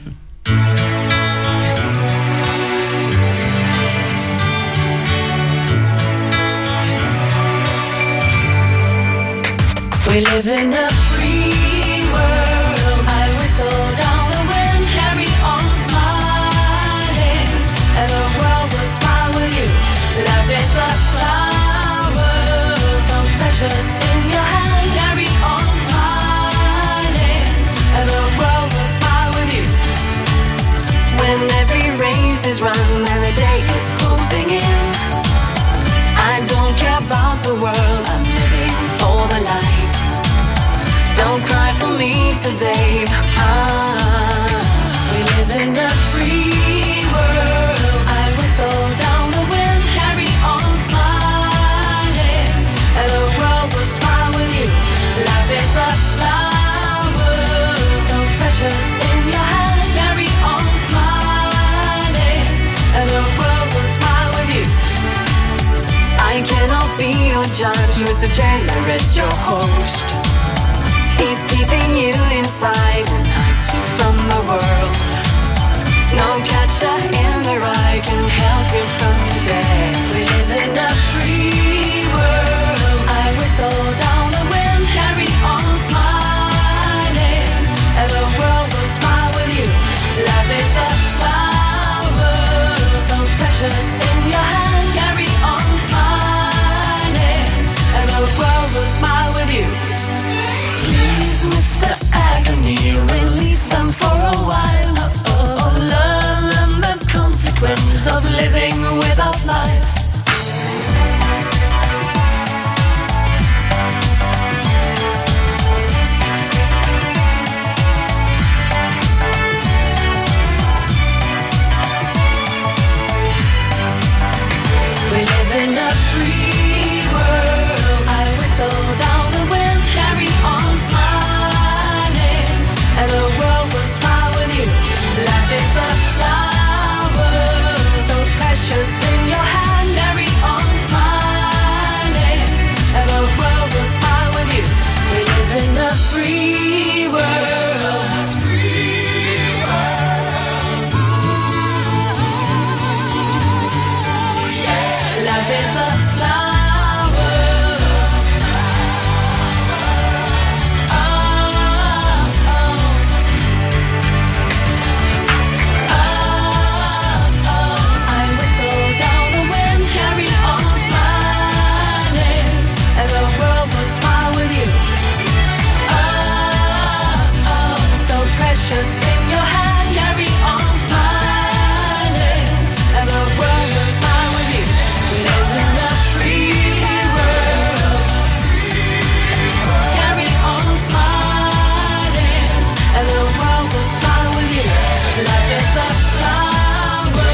We live in a free world. I whistle down the wind, carry on smiling, and the world will smile with you. Life is a flower, so precious in your hand. Carry on smiling, and the world will smile with you. When every race is run and the day is closing in, I don't care about the world, I'm living for the light. Don't cry for me today. Ah, we live in a free world. I whistle down the wind, carry on smiling, and the world will smile with you. Life is a flower, so precious in your hand. Carry on smiling, and the world will smile with you. I cannot be your judge, Mister Generous, your host. He's keeping you inside and hides you from the world. No catcher in the rye can help you from today. We live in a free world. I whistle down the wind, carry on smiling, and the world will smile with you. Love is a flower, so precious in your hand. Carry on smiling, and the world will smile with you. Please, Mister Agony, release them for a while. Oh, learn the consequence of living without life. We live in a free world. I whistle down the wind, carry on smiling, and the world will smile with you. Life is a flower, so precious in your hand. Carry on smiling, and the world will smile with you. We live in a free world. Free world. Yeah. Life is a flower. In your hand, carry on smiling, and the world will smile with you. We live in a free world. Carry on smiling, and the world will smile with you. Life is a flower.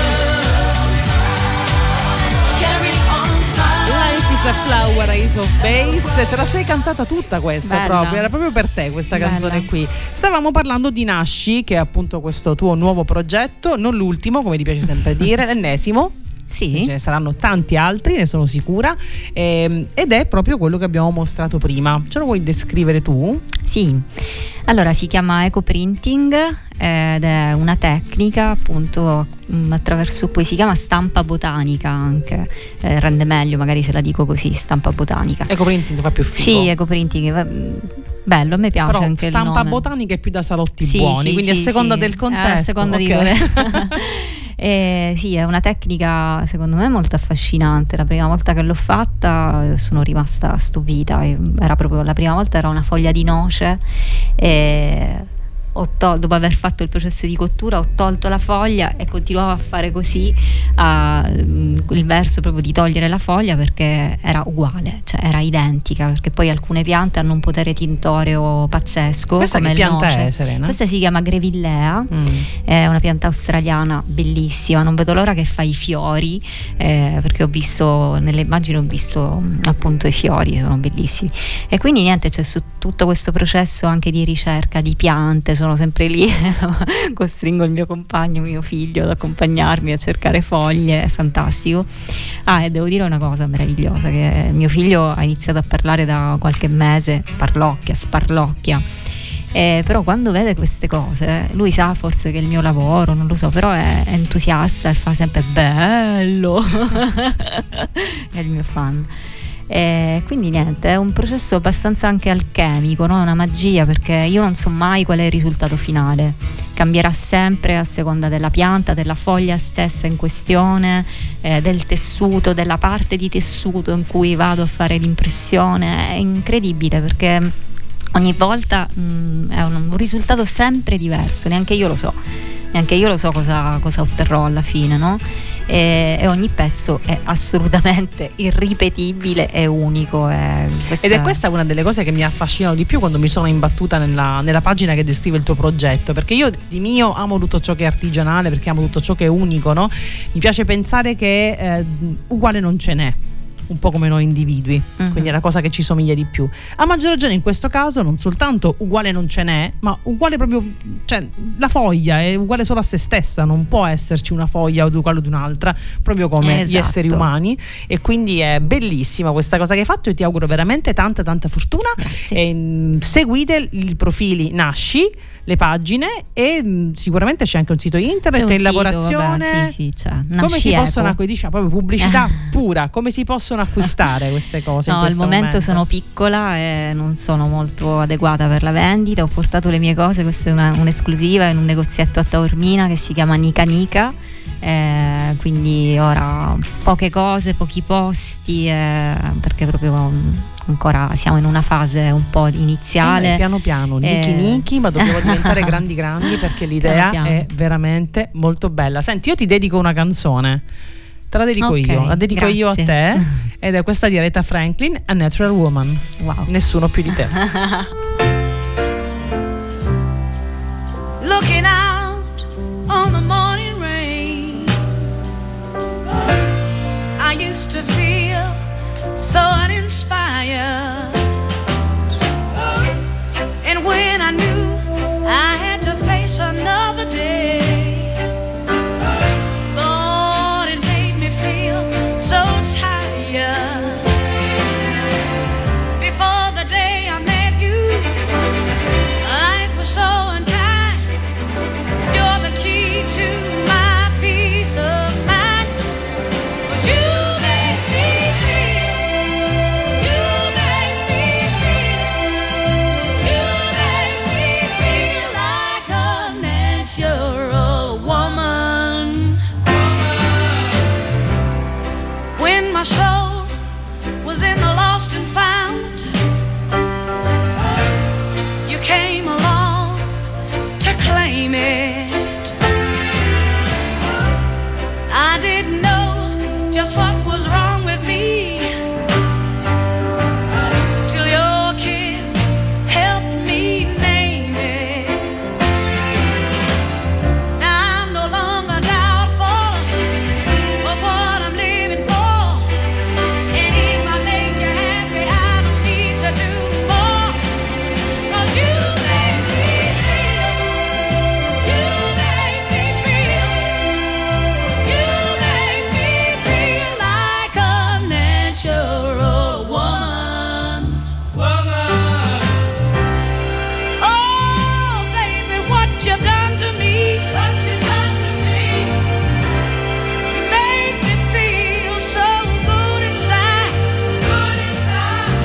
Carry on smiling. Life is a flower, Ace of Base. Te la sei cantata tutta questa. Bella. Proprio, era proprio per te questa Bella. canzone qui. Stavamo parlando di Nasci, che è appunto questo tuo nuovo progetto, non l'ultimo, come ti piace sempre dire, l'ennesimo. Sì. Ce ne saranno tanti altri, ne sono sicura, ehm, ed è proprio quello che abbiamo mostrato prima. Ce lo vuoi descrivere tu? Sì, allora si chiama ecoprinting ed è una tecnica appunto mh, attraverso cui si chiama stampa botanica anche, eh, rende meglio magari se la dico così, stampa botanica. Ecoprinting fa più figo. Sì, ecoprinting va, bello, a me piace. Però anche stampa il nome. botanica è più da salotti Sì, buoni, sì, quindi sì, a seconda sì. del contesto. Eh, a seconda okay. di dove. Eh, sì, è una tecnica secondo me molto affascinante. La prima volta che l'ho fatta sono rimasta stupita. Era proprio la prima volta, era una foglia di noce e ho tol- dopo aver fatto il processo di cottura ho tolto la foglia e continuavo a fare così a, il verso proprio di togliere la foglia, perché era uguale, cioè era identica, perché poi alcune piante hanno un potere tintoreo pazzesco. Questa come che il pianta noce. è, Serena? Questa si chiama Grevillea, Mm. è una pianta australiana bellissima, non vedo l'ora che fa i fiori, eh, perché ho visto nelle immagini, ho visto appunto i fiori, sono bellissimi. E quindi niente, c'è su tutto questo processo anche di ricerca di piante, sono sempre lì, costringo il mio compagno, mio figlio ad accompagnarmi a cercare foglie, è fantastico. Ah, e devo dire una cosa meravigliosa, che mio figlio ha iniziato a parlare da qualche mese, parlocchia, sparlocchia. Eh, però quando vede queste cose, lui sa forse che è il mio lavoro, non lo so, però è, è entusiasta e fa sempre bello. È il mio fan. E quindi niente, è un processo abbastanza anche alchemico, no? È una magia, perché io non so mai qual è il risultato finale, cambierà sempre a seconda della pianta, della foglia stessa in questione, eh, del tessuto, della parte di tessuto in cui vado a fare l'impressione. È incredibile, perché ogni volta mh, è un, un risultato sempre diverso, neanche io lo so, neanche io lo so cosa, cosa otterrò alla fine, no? E, e ogni pezzo è assolutamente irripetibile e unico. E Ed è questa una delle cose che mi affascinano di più quando mi sono imbattuta nella, nella pagina che descrive il tuo progetto, perché io di mio amo tutto ciò che è artigianale, perché amo tutto ciò che è unico, no? Mi piace pensare che eh, uguale non ce n'è. un po' come noi individui, Mm-hmm. quindi è la cosa che ci somiglia di più. A maggior ragione in questo caso non soltanto uguale non ce n'è, ma uguale proprio, cioè la foglia è uguale solo a se stessa, non può esserci una foglia o uguale ad un'altra, proprio come Esatto. gli esseri umani, e quindi è bellissima questa cosa che hai fatto. Io ti auguro veramente tanta tanta fortuna. E, mh, seguite i profili Nasci, le pagine, e mh, sicuramente c'è anche un sito internet C'è un in sito, lavorazione. vabbè, sì, sì, c'è. Come Nasci si Eco. possono acquistare, diciamo, proprio pubblicità pura, come si possono acquistare queste cose? No, in al questo momento sono piccola e non sono molto adeguata per la vendita. Ho portato le mie cose, questa è una, un'esclusiva in un negozietto a Taormina che si chiama Nica Nica. Eh, quindi ora poche cose, pochi posti, eh, perché proprio um, ancora siamo in una fase un po' iniziale. Eh, piano piano, Niki Eh. Niki, ma dobbiamo diventare grandi grandi, perché l'idea Piano piano. è veramente molto bella. Senti, io ti dedico una canzone. Te la dedico Ok, io, la dedico grazie. io a te, ed è questa di Aretha Franklin, A Natural Woman. Wow. Nessuno più di te. Looking out on the morning rain, I used to feel so uninspired, and when I knew I had to face another day, Lord, it made me feel so tired. Before the day I met you, life was so unkind. You're the key to my peace of mind. 'Cause you make me feel, you make me feel, you make me feel like a natural woman. When my soul was in the lost and found, you came along to claim it. I didn't know just what was wrong with me till your kiss helped me name it. Now I'm no longer doubtful of what I'm living for, and if I make you happy, I don't need to do more. 'Cause you make me feel, you make me feel, you make me feel like a natural woman. Woman. Oh, baby, what you've done to me. What you've done to me. You make me feel so good inside. Good inside.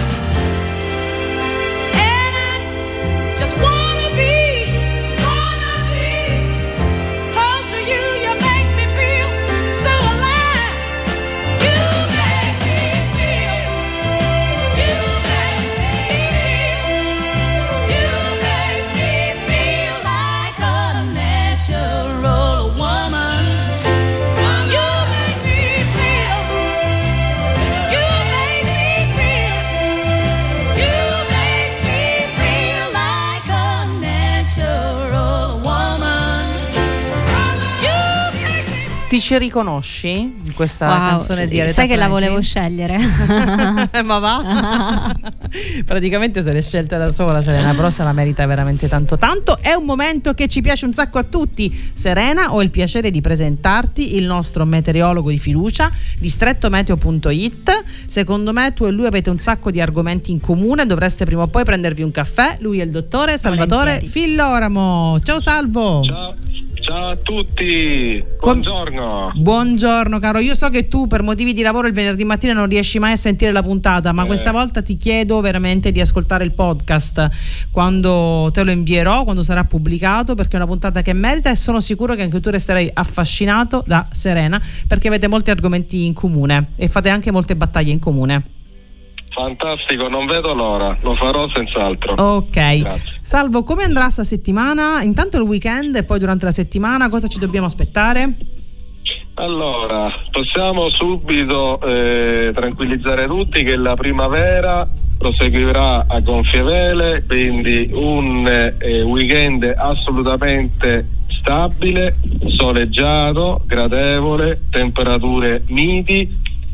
And I just wanna be, wanna be close to you. You make me feel so alive. You make me feel, you make me feel, you make me feel like a natural woman. You make me feel, you make me feel, you make me feel like a natural woman. You make me. Ti ci riconosci in questa Wow, canzone di Aretha sai che la Franklin? volevo scegliere. Ma va? Praticamente se l'è scelta da sola Serena, però se la merita veramente tanto tanto. È un momento che ci piace un sacco a tutti. Serena, ho il piacere di presentarti il nostro meteorologo di fiducia di strettometeo punto it. Secondo me tu e lui avete un sacco di argomenti in comune, dovreste prima o poi prendervi un caffè. Lui è il dottore Salvatore Volentieri. Filloramo. Ciao Salvo. Ciao, ciao a tutti, buongiorno. Buongiorno caro, io so che tu per motivi di lavoro il venerdì mattina non riesci mai a sentire la puntata, ma Eh. questa volta ti chiedo veramente di ascoltare il podcast quando te lo invierò, quando sarà pubblicato, perché è una puntata che merita, e sono sicuro che anche tu resterai affascinato da Serena, perché avete molti argomenti in comune e fate anche molte battaglie in comune. Fantastico, non vedo l'ora, lo farò senz'altro. Ok, Grazie. Salvo, come andrà sta settimana? Intanto il weekend e poi durante la settimana cosa ci dobbiamo aspettare? Allora, possiamo subito eh, tranquillizzare tutti che la primavera proseguirà a gonfie vele, quindi un eh, weekend assolutamente stabile, soleggiato, gradevole, temperature miti,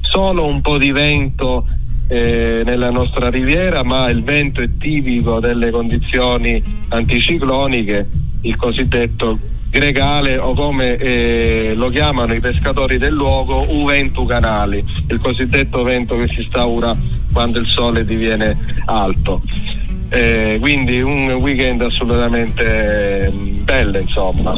solo un po' di vento eh, nella nostra riviera, ma il vento è tipico delle condizioni anticicloniche, il cosiddetto gregale, o come eh, lo chiamano i pescatori del luogo, u ventu canali, il cosiddetto vento che si instaura quando il sole diviene alto. Eh, quindi un weekend assolutamente bello, insomma.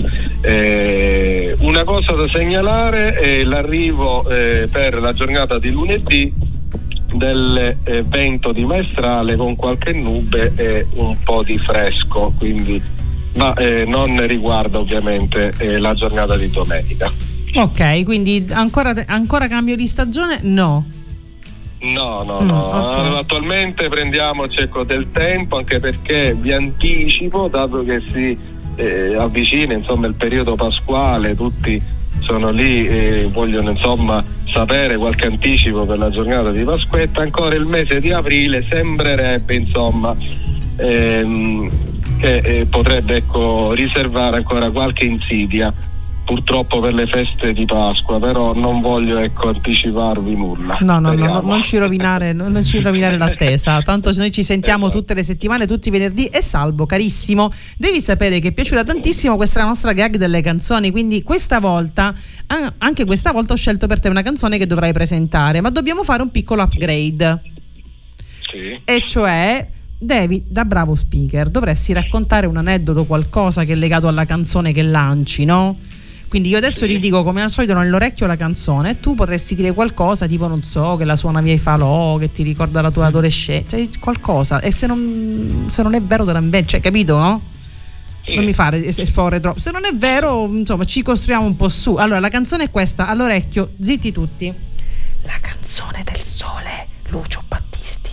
Eh, una cosa da segnalare è l'arrivo eh, per la giornata di lunedì del eh, vento di maestrale con qualche nube e un po' di fresco, quindi ma eh, non riguarda ovviamente eh, la giornata di domenica. Ok, quindi ancora, ancora cambio di stagione? No. No, no, Mm, no. ok. Attualmente prendiamoci ecco del tempo, anche perché vi anticipo, dato che si eh, avvicina insomma il periodo pasquale, tutti sono lì e vogliono insomma sapere qualche anticipo per la giornata di Pasquetta, ancora il mese di aprile sembrerebbe insomma ehm, che eh, potrebbe ecco riservare ancora qualche insidia, purtroppo per le feste di Pasqua, però non voglio ecco anticiparvi nulla. No, no, no, Speriamo. no, non ci rovinare, non non ci rovinare l'attesa. Tanto noi ci sentiamo Esatto. tutte le settimane, tutti i venerdì. E Salvo, carissimo, devi sapere che è piaciuta tantissimo questa nostra gag delle canzoni. Quindi questa volta, ah, anche questa volta ho scelto per te una canzone che dovrai presentare, ma dobbiamo fare un piccolo upgrade. Sì. E cioè, devi, da bravo speaker, dovresti raccontare un aneddoto, qualcosa che è legato alla canzone che lanci, no? Quindi io adesso Sì. ti dico come al solito nell'orecchio la canzone e tu potresti dire qualcosa tipo non so, che la suonavi ai falò, che ti ricorda la tua adolescenza, cioè qualcosa, e se non, se non è vero te la inventi, cioè capito, no? Sì. Non mi fare es- esporre troppo, se non è vero insomma ci costruiamo un po' su. Allora la canzone è questa, all'orecchio, zitti tutti. La canzone del sole, Lucio Battisti.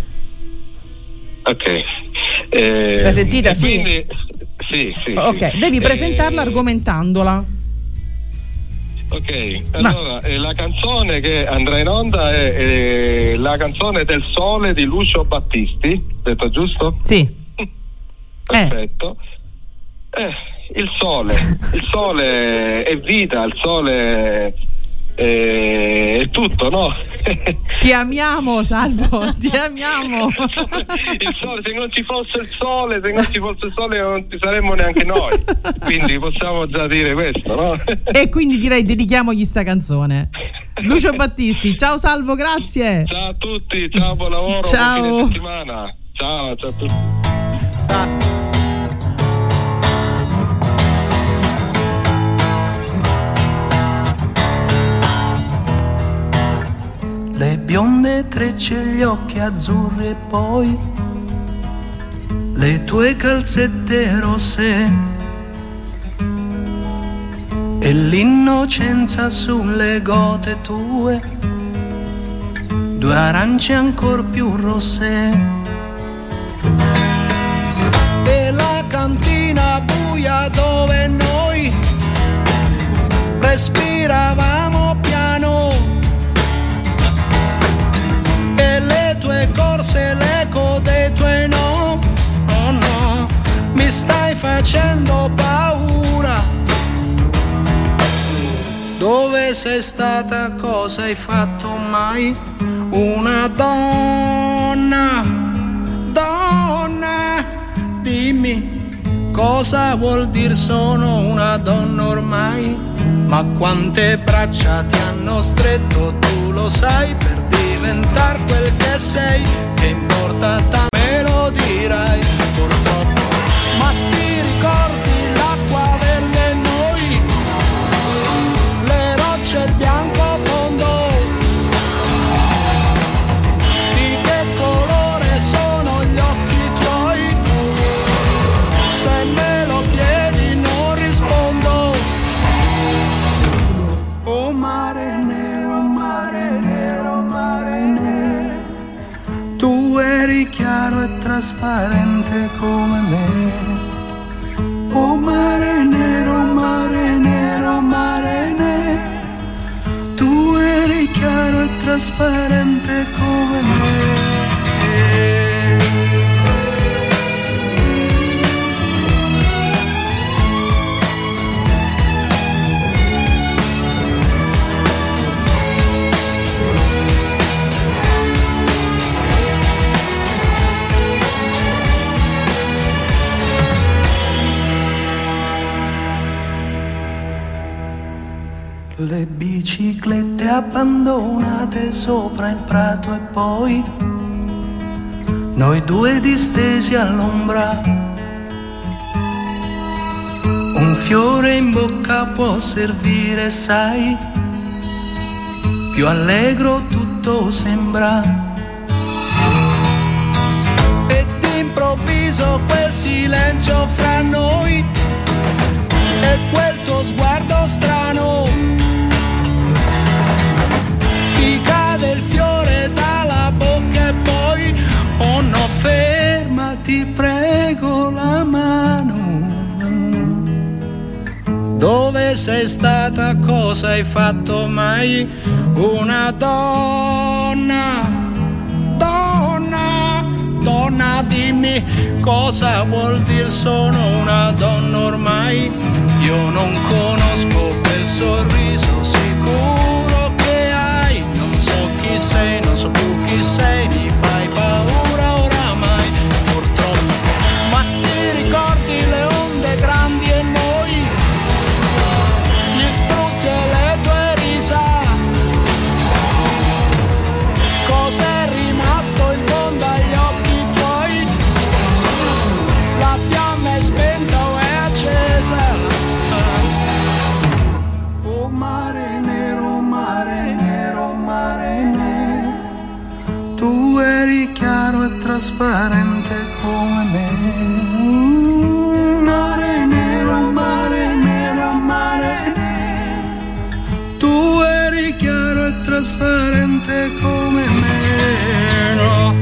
Ok. Eh, L'hai sentita? e Sì. Quindi, sì, sì. Ok, sì. devi Eh, presentarla argomentandola. Ok, allora eh, la canzone che andrà in onda è, è la canzone del sole di Lucio Battisti, detto giusto? Sì. Perfetto. Eh, il sole, il sole è vita, il sole è, è tutto, no? Ti amiamo, Salvo, ti amiamo. Il sole, se non ci fosse il sole, se non ci fosse il sole non ci saremmo neanche noi, quindi possiamo già dire questo, no? E quindi direi dedichiamogli sta canzone. Lucio Battisti, ciao Salvo, grazie. Ciao a tutti, ciao, buon lavoro, Ciao. buon fine settimana. Ciao, ciao a tutti. Le bionde trecce, gli occhi azzurri e poi le tue calzette rosse e l'innocenza sulle gote tue, due arance ancor più rosse. E la cantina buia dove noi respiravamo piano, e le tue corse, l'eco dei tuoi no, oh no, mi stai facendo paura. Dove sei stata, cosa hai fatto mai? Una donna, donna, dimmi cosa vuol dire sono una donna ormai? Ma quante braccia ti hanno stretto, tu lo sai, per diventar quel che sei, che importa tanto, me lo dirai purtroppo. Ma ti ricordi l'acqua verde noi, le rocce, il bianco fondo, di che colore sono gli occhi tuoi? Se me lo chiedi non rispondo. Oh mare nero, mare nero, mare nero, tu eri chiaro e trasparente come me. Oh mare nero, mare nero, mare nero, tu eri chiaro e trasparente come me. due biciclette abbandonate sopra il prato e poi noi due distesi all'ombra. Un fiore in bocca può servire, sai, più allegro tutto sembra. E d'improvviso quel silenzio fra noi e quel tuo sguardo strano, ti cade il fiore dalla bocca e poi oh no, fermati, prego, la mano. Dove sei stata, cosa hai fatto mai? Una donna, donna, donna, dimmi cosa vuol dire sono una donna ormai. Io non conosco quel sorriso sicuro che hai. Non so chi sei, non so più chi sei, mi fai paura oramai, purtroppo. Ma ti ricordi le onde grandi e noi, gli spruzzi e le tue risa? Cos'è rimasto in fondo agli occhi tuoi? La fiamma è spenta o è accesa? Oh mare nero, mare nero, mare nero, tu eri chiaro e trasparente come me. Mare nero, mare nero, mare nero, tu eri chiaro e trasparente come me. No.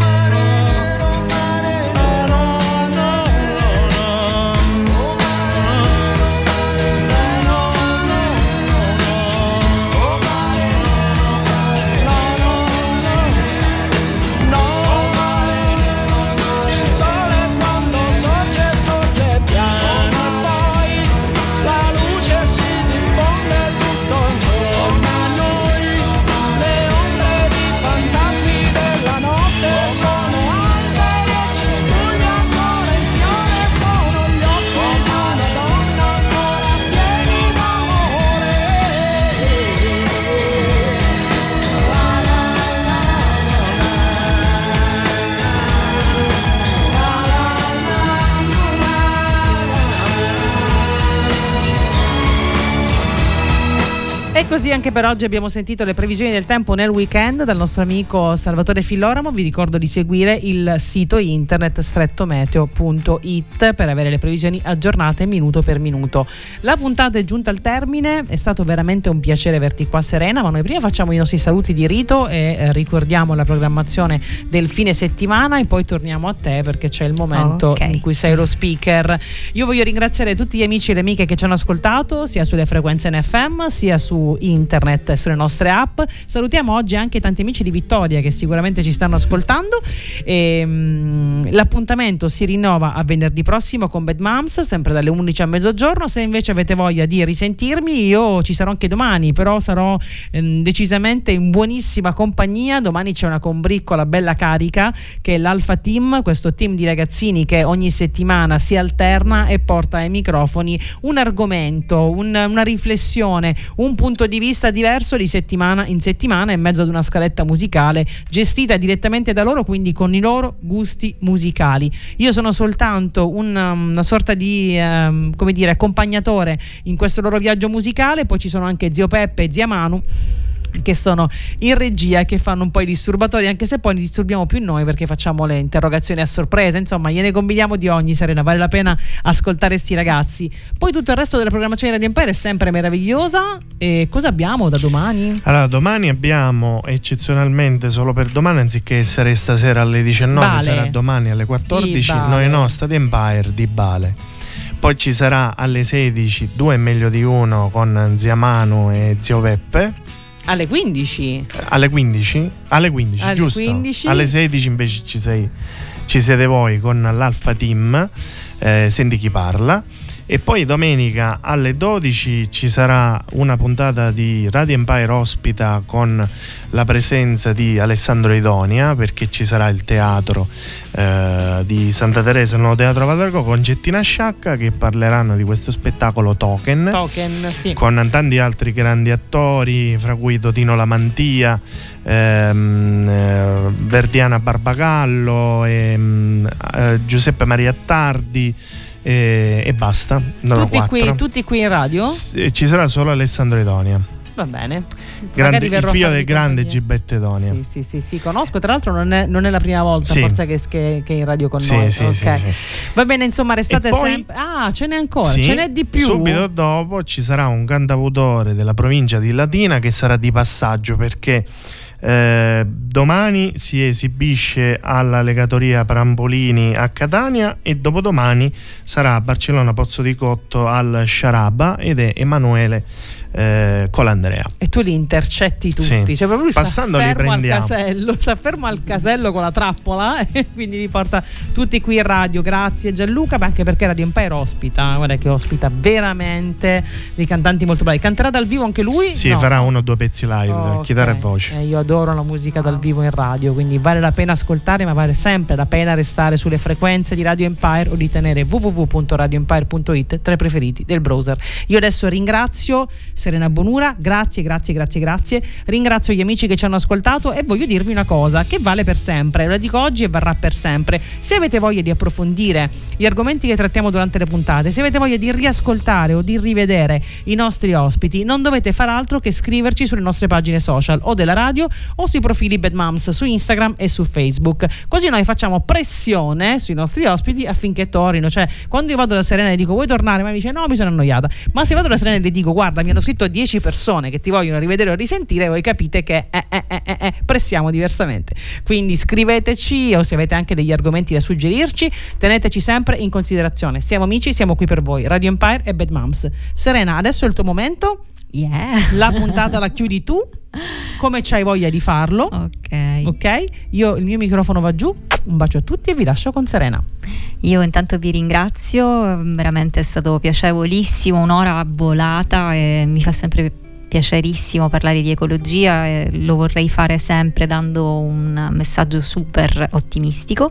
E così anche per oggi abbiamo sentito le previsioni del tempo nel weekend dal nostro amico Salvatore Filloramo. Vi ricordo di seguire il sito internet strettometeo punto it per avere le previsioni aggiornate minuto per minuto. La puntata è giunta al termine, è stato veramente un piacere averti qua, Serena, ma noi prima facciamo i nostri saluti di rito e eh, ricordiamo la programmazione del fine settimana e poi torniamo a te perché c'è il momento oh, okay. in cui sei lo speaker. Io voglio ringraziare tutti gli amici e le amiche che ci hanno ascoltato sia sulle frequenze N F M sia su internet e sulle nostre app. Salutiamo oggi anche tanti amici di Vittoria che sicuramente ci stanno ascoltando e, um, l'appuntamento si rinnova a venerdì prossimo con Bad Moms, sempre dalle undici a mezzogiorno. Se invece avete voglia di risentirmi, io ci sarò anche domani, però sarò um, decisamente in buonissima compagnia. Domani c'è una combriccola bella carica che è l'Alpha Team, questo team di ragazzini che ogni settimana si alterna e porta ai microfoni un argomento, un, una riflessione, un punto di vista diverso di settimana in settimana in mezzo ad una scaletta musicale gestita direttamente da loro, quindi con i loro gusti musicali. Io sono soltanto una, una sorta di um, come dire accompagnatore in questo loro viaggio musicale. Poi ci sono anche zio Peppe e zia Manu che sono in regia e che fanno un po' i disturbatori, anche se poi ne disturbiamo più noi perché facciamo le interrogazioni a sorpresa. Insomma, gliene combiniamo di ogni, Serena, vale la pena ascoltare sti ragazzi. Poi tutto il resto della programmazione di Radio Empire è sempre meravigliosa. E cosa abbiamo da domani? Allora, domani abbiamo eccezionalmente, solo per domani, anziché essere stasera alle diciannove, Bale. sarà domani alle quattordici, Noi no, Stadio Empire di Bale. Poi ci sarà alle sedici Due è meglio di uno con zia Manu e zio Peppe. Alle quindici? Alle quindici? Alle quindici, alle giusto? quindici. Alle sedici invece ci, sei, ci siete voi con l'Alpha Team, eh, Senti chi parla. E poi domenica alle dodici ci sarà una puntata di Radio Empire ospita con la presenza di Alessandro Idonia, perché ci sarà il teatro eh, di Santa Teresa, il nuovo teatro Vatargo, con Gettina Sciacca, che parleranno di questo spettacolo Token, Token sì. con tanti altri grandi attori, fra cui Totino Lamantia, ehm, eh, Verdiana Barbagallo, ehm, eh, Giuseppe Maria Tardi e, e basta. Tutti qui, tutti qui in radio? S- ci sarà solo Alessandro Idonia. Va bene. Grande, il figlio del grande Gibetto Idonia. Sì, sì, sì, sì, conosco. Tra l'altro non è, non è la prima volta, sì. forse che, che, che è in radio con sì, noi. Sì, okay. sì, sì. Va bene, insomma, restate poi, sempre. Ah, ce n'è ancora, sì, ce n'è di più. Subito dopo ci sarà un cantautore della provincia di Latina che sarà di passaggio, perché Eh, domani si esibisce alla Legatoria Prampolini a Catania e dopodomani sarà a Barcellona Pozzo di Cotto al Sciaraba, ed è Emanuele eh, Colandrea. E tu li intercetti tutti, sì. Cioè proprio lui Passando sta li fermo al prendiamo. casello, sta fermo al casello con la trappola e quindi li porta tutti qui in radio. Grazie Gianluca, ma anche perché Radio Empire ospita, guarda che ospita veramente dei cantanti molto bravi. Canterà dal vivo anche lui? Sì, no. farà uno o due pezzi live, oh, chitarra okay. e voce. Eh, io adoro la musica dal vivo in radio, quindi vale la pena ascoltare, ma vale sempre la pena restare sulle frequenze di Radio Empire o di tenere w w w punto radio empire punto i t tra i preferiti del browser. Io adesso ringrazio Serena Bonura, grazie, grazie, grazie, grazie. Ringrazio gli amici che ci hanno ascoltato e voglio dirvi una cosa che vale per sempre, lo dico oggi e varrà per sempre. Se avete voglia di approfondire gli argomenti che trattiamo durante le puntate, se avete voglia di riascoltare o di rivedere i nostri ospiti, non dovete far altro che scriverci sulle nostre pagine social o della radio o sui profili Bad Moms su Instagram e su Facebook, così noi facciamo pressione sui nostri ospiti affinché tornino. Cioè, quando io vado da Serena e dico vuoi tornare, ma mi dice no, mi sono annoiata. Ma se vado da Serena e le dico guarda, mi hanno scritto dieci persone che ti vogliono rivedere o risentire, voi capite che eh, eh, eh, eh, eh, pressiamo diversamente. Quindi scriveteci, o se avete anche degli argomenti da suggerirci, teneteci sempre in considerazione. Siamo amici, siamo qui per voi. Radio Empire e Bad Moms. Serena, adesso è il tuo momento. Yeah. La puntata la chiudi tu, come c'hai voglia di farlo. Ok. Ok, io il mio microfono va giù. Un bacio a tutti e vi lascio con Serena. Io intanto vi ringrazio, veramente è stato piacevolissimo, un'ora volata e mi fa sempre piacerissimo parlare di ecologia e lo vorrei fare sempre dando un messaggio super ottimistico.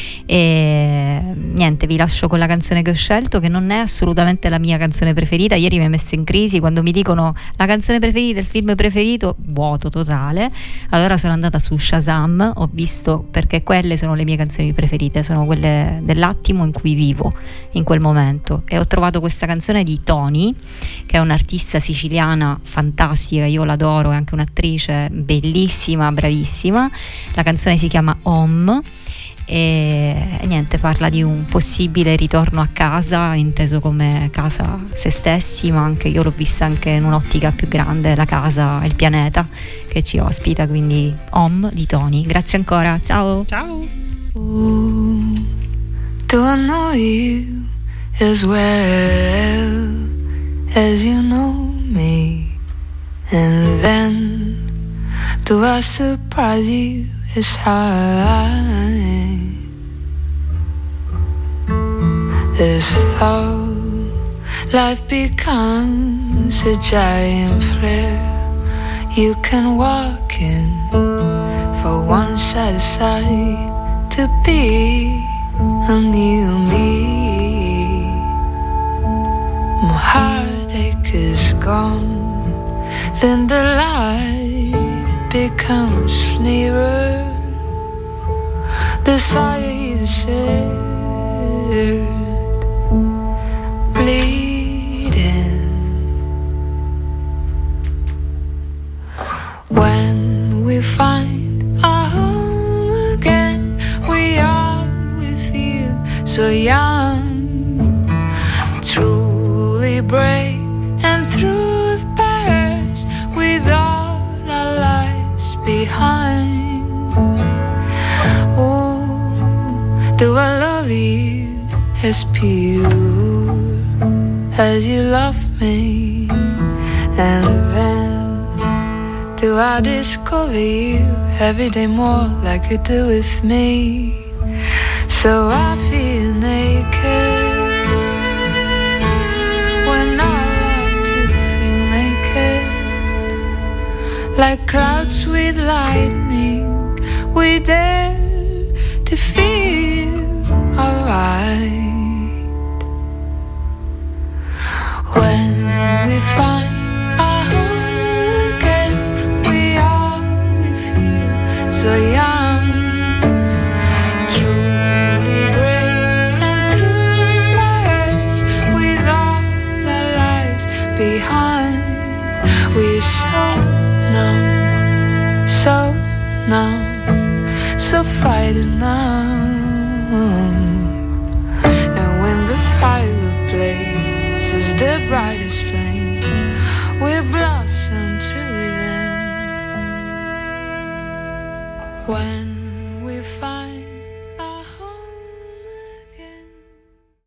E niente, vi lascio con la canzone che ho scelto, che non è assolutamente la mia canzone preferita. Ieri mi ha messo in crisi quando mi dicono la canzone preferita, il film preferito, vuoto totale. Allora sono andata su Shazam, ho visto, perché quelle sono le mie canzoni preferite, sono quelle dell'attimo in cui vivo in quel momento, e ho trovato questa canzone di Tony, che è un'artista siciliana fantastica, io l'adoro, è anche un'attrice bellissima, bravissima. La canzone si chiama Home e, e niente, parla di un possibile ritorno a casa, inteso come casa se stessi, ma anche io l'ho vista anche in un'ottica più grande, la casa, il pianeta che ci ospita, quindi Home di Tony. Grazie ancora, ciao. Ciao. Ooh, do I know you as well as you know me? And then, do I surprise you as high as though life becomes a giant flare you can walk in for one side of sight to be a new me. My heartache is gone, then the light becomes nearer. The sigh is shared, bleeding. When we find our home again, we all we feel so young, truly brave and through the past with all our lives behind. Oh, do I love you as pure as you love me? And then do I discover you every day more like you do with me? So I feel naked like clouds with lightning, we dare to feel alright. When we find our home again, we all we feel so young, truly brave and truth-blessed, with all our lives behind. We're so numb, so numb, so frightened now. And when the fire blazes the brightest flame, we blossom to within. When we find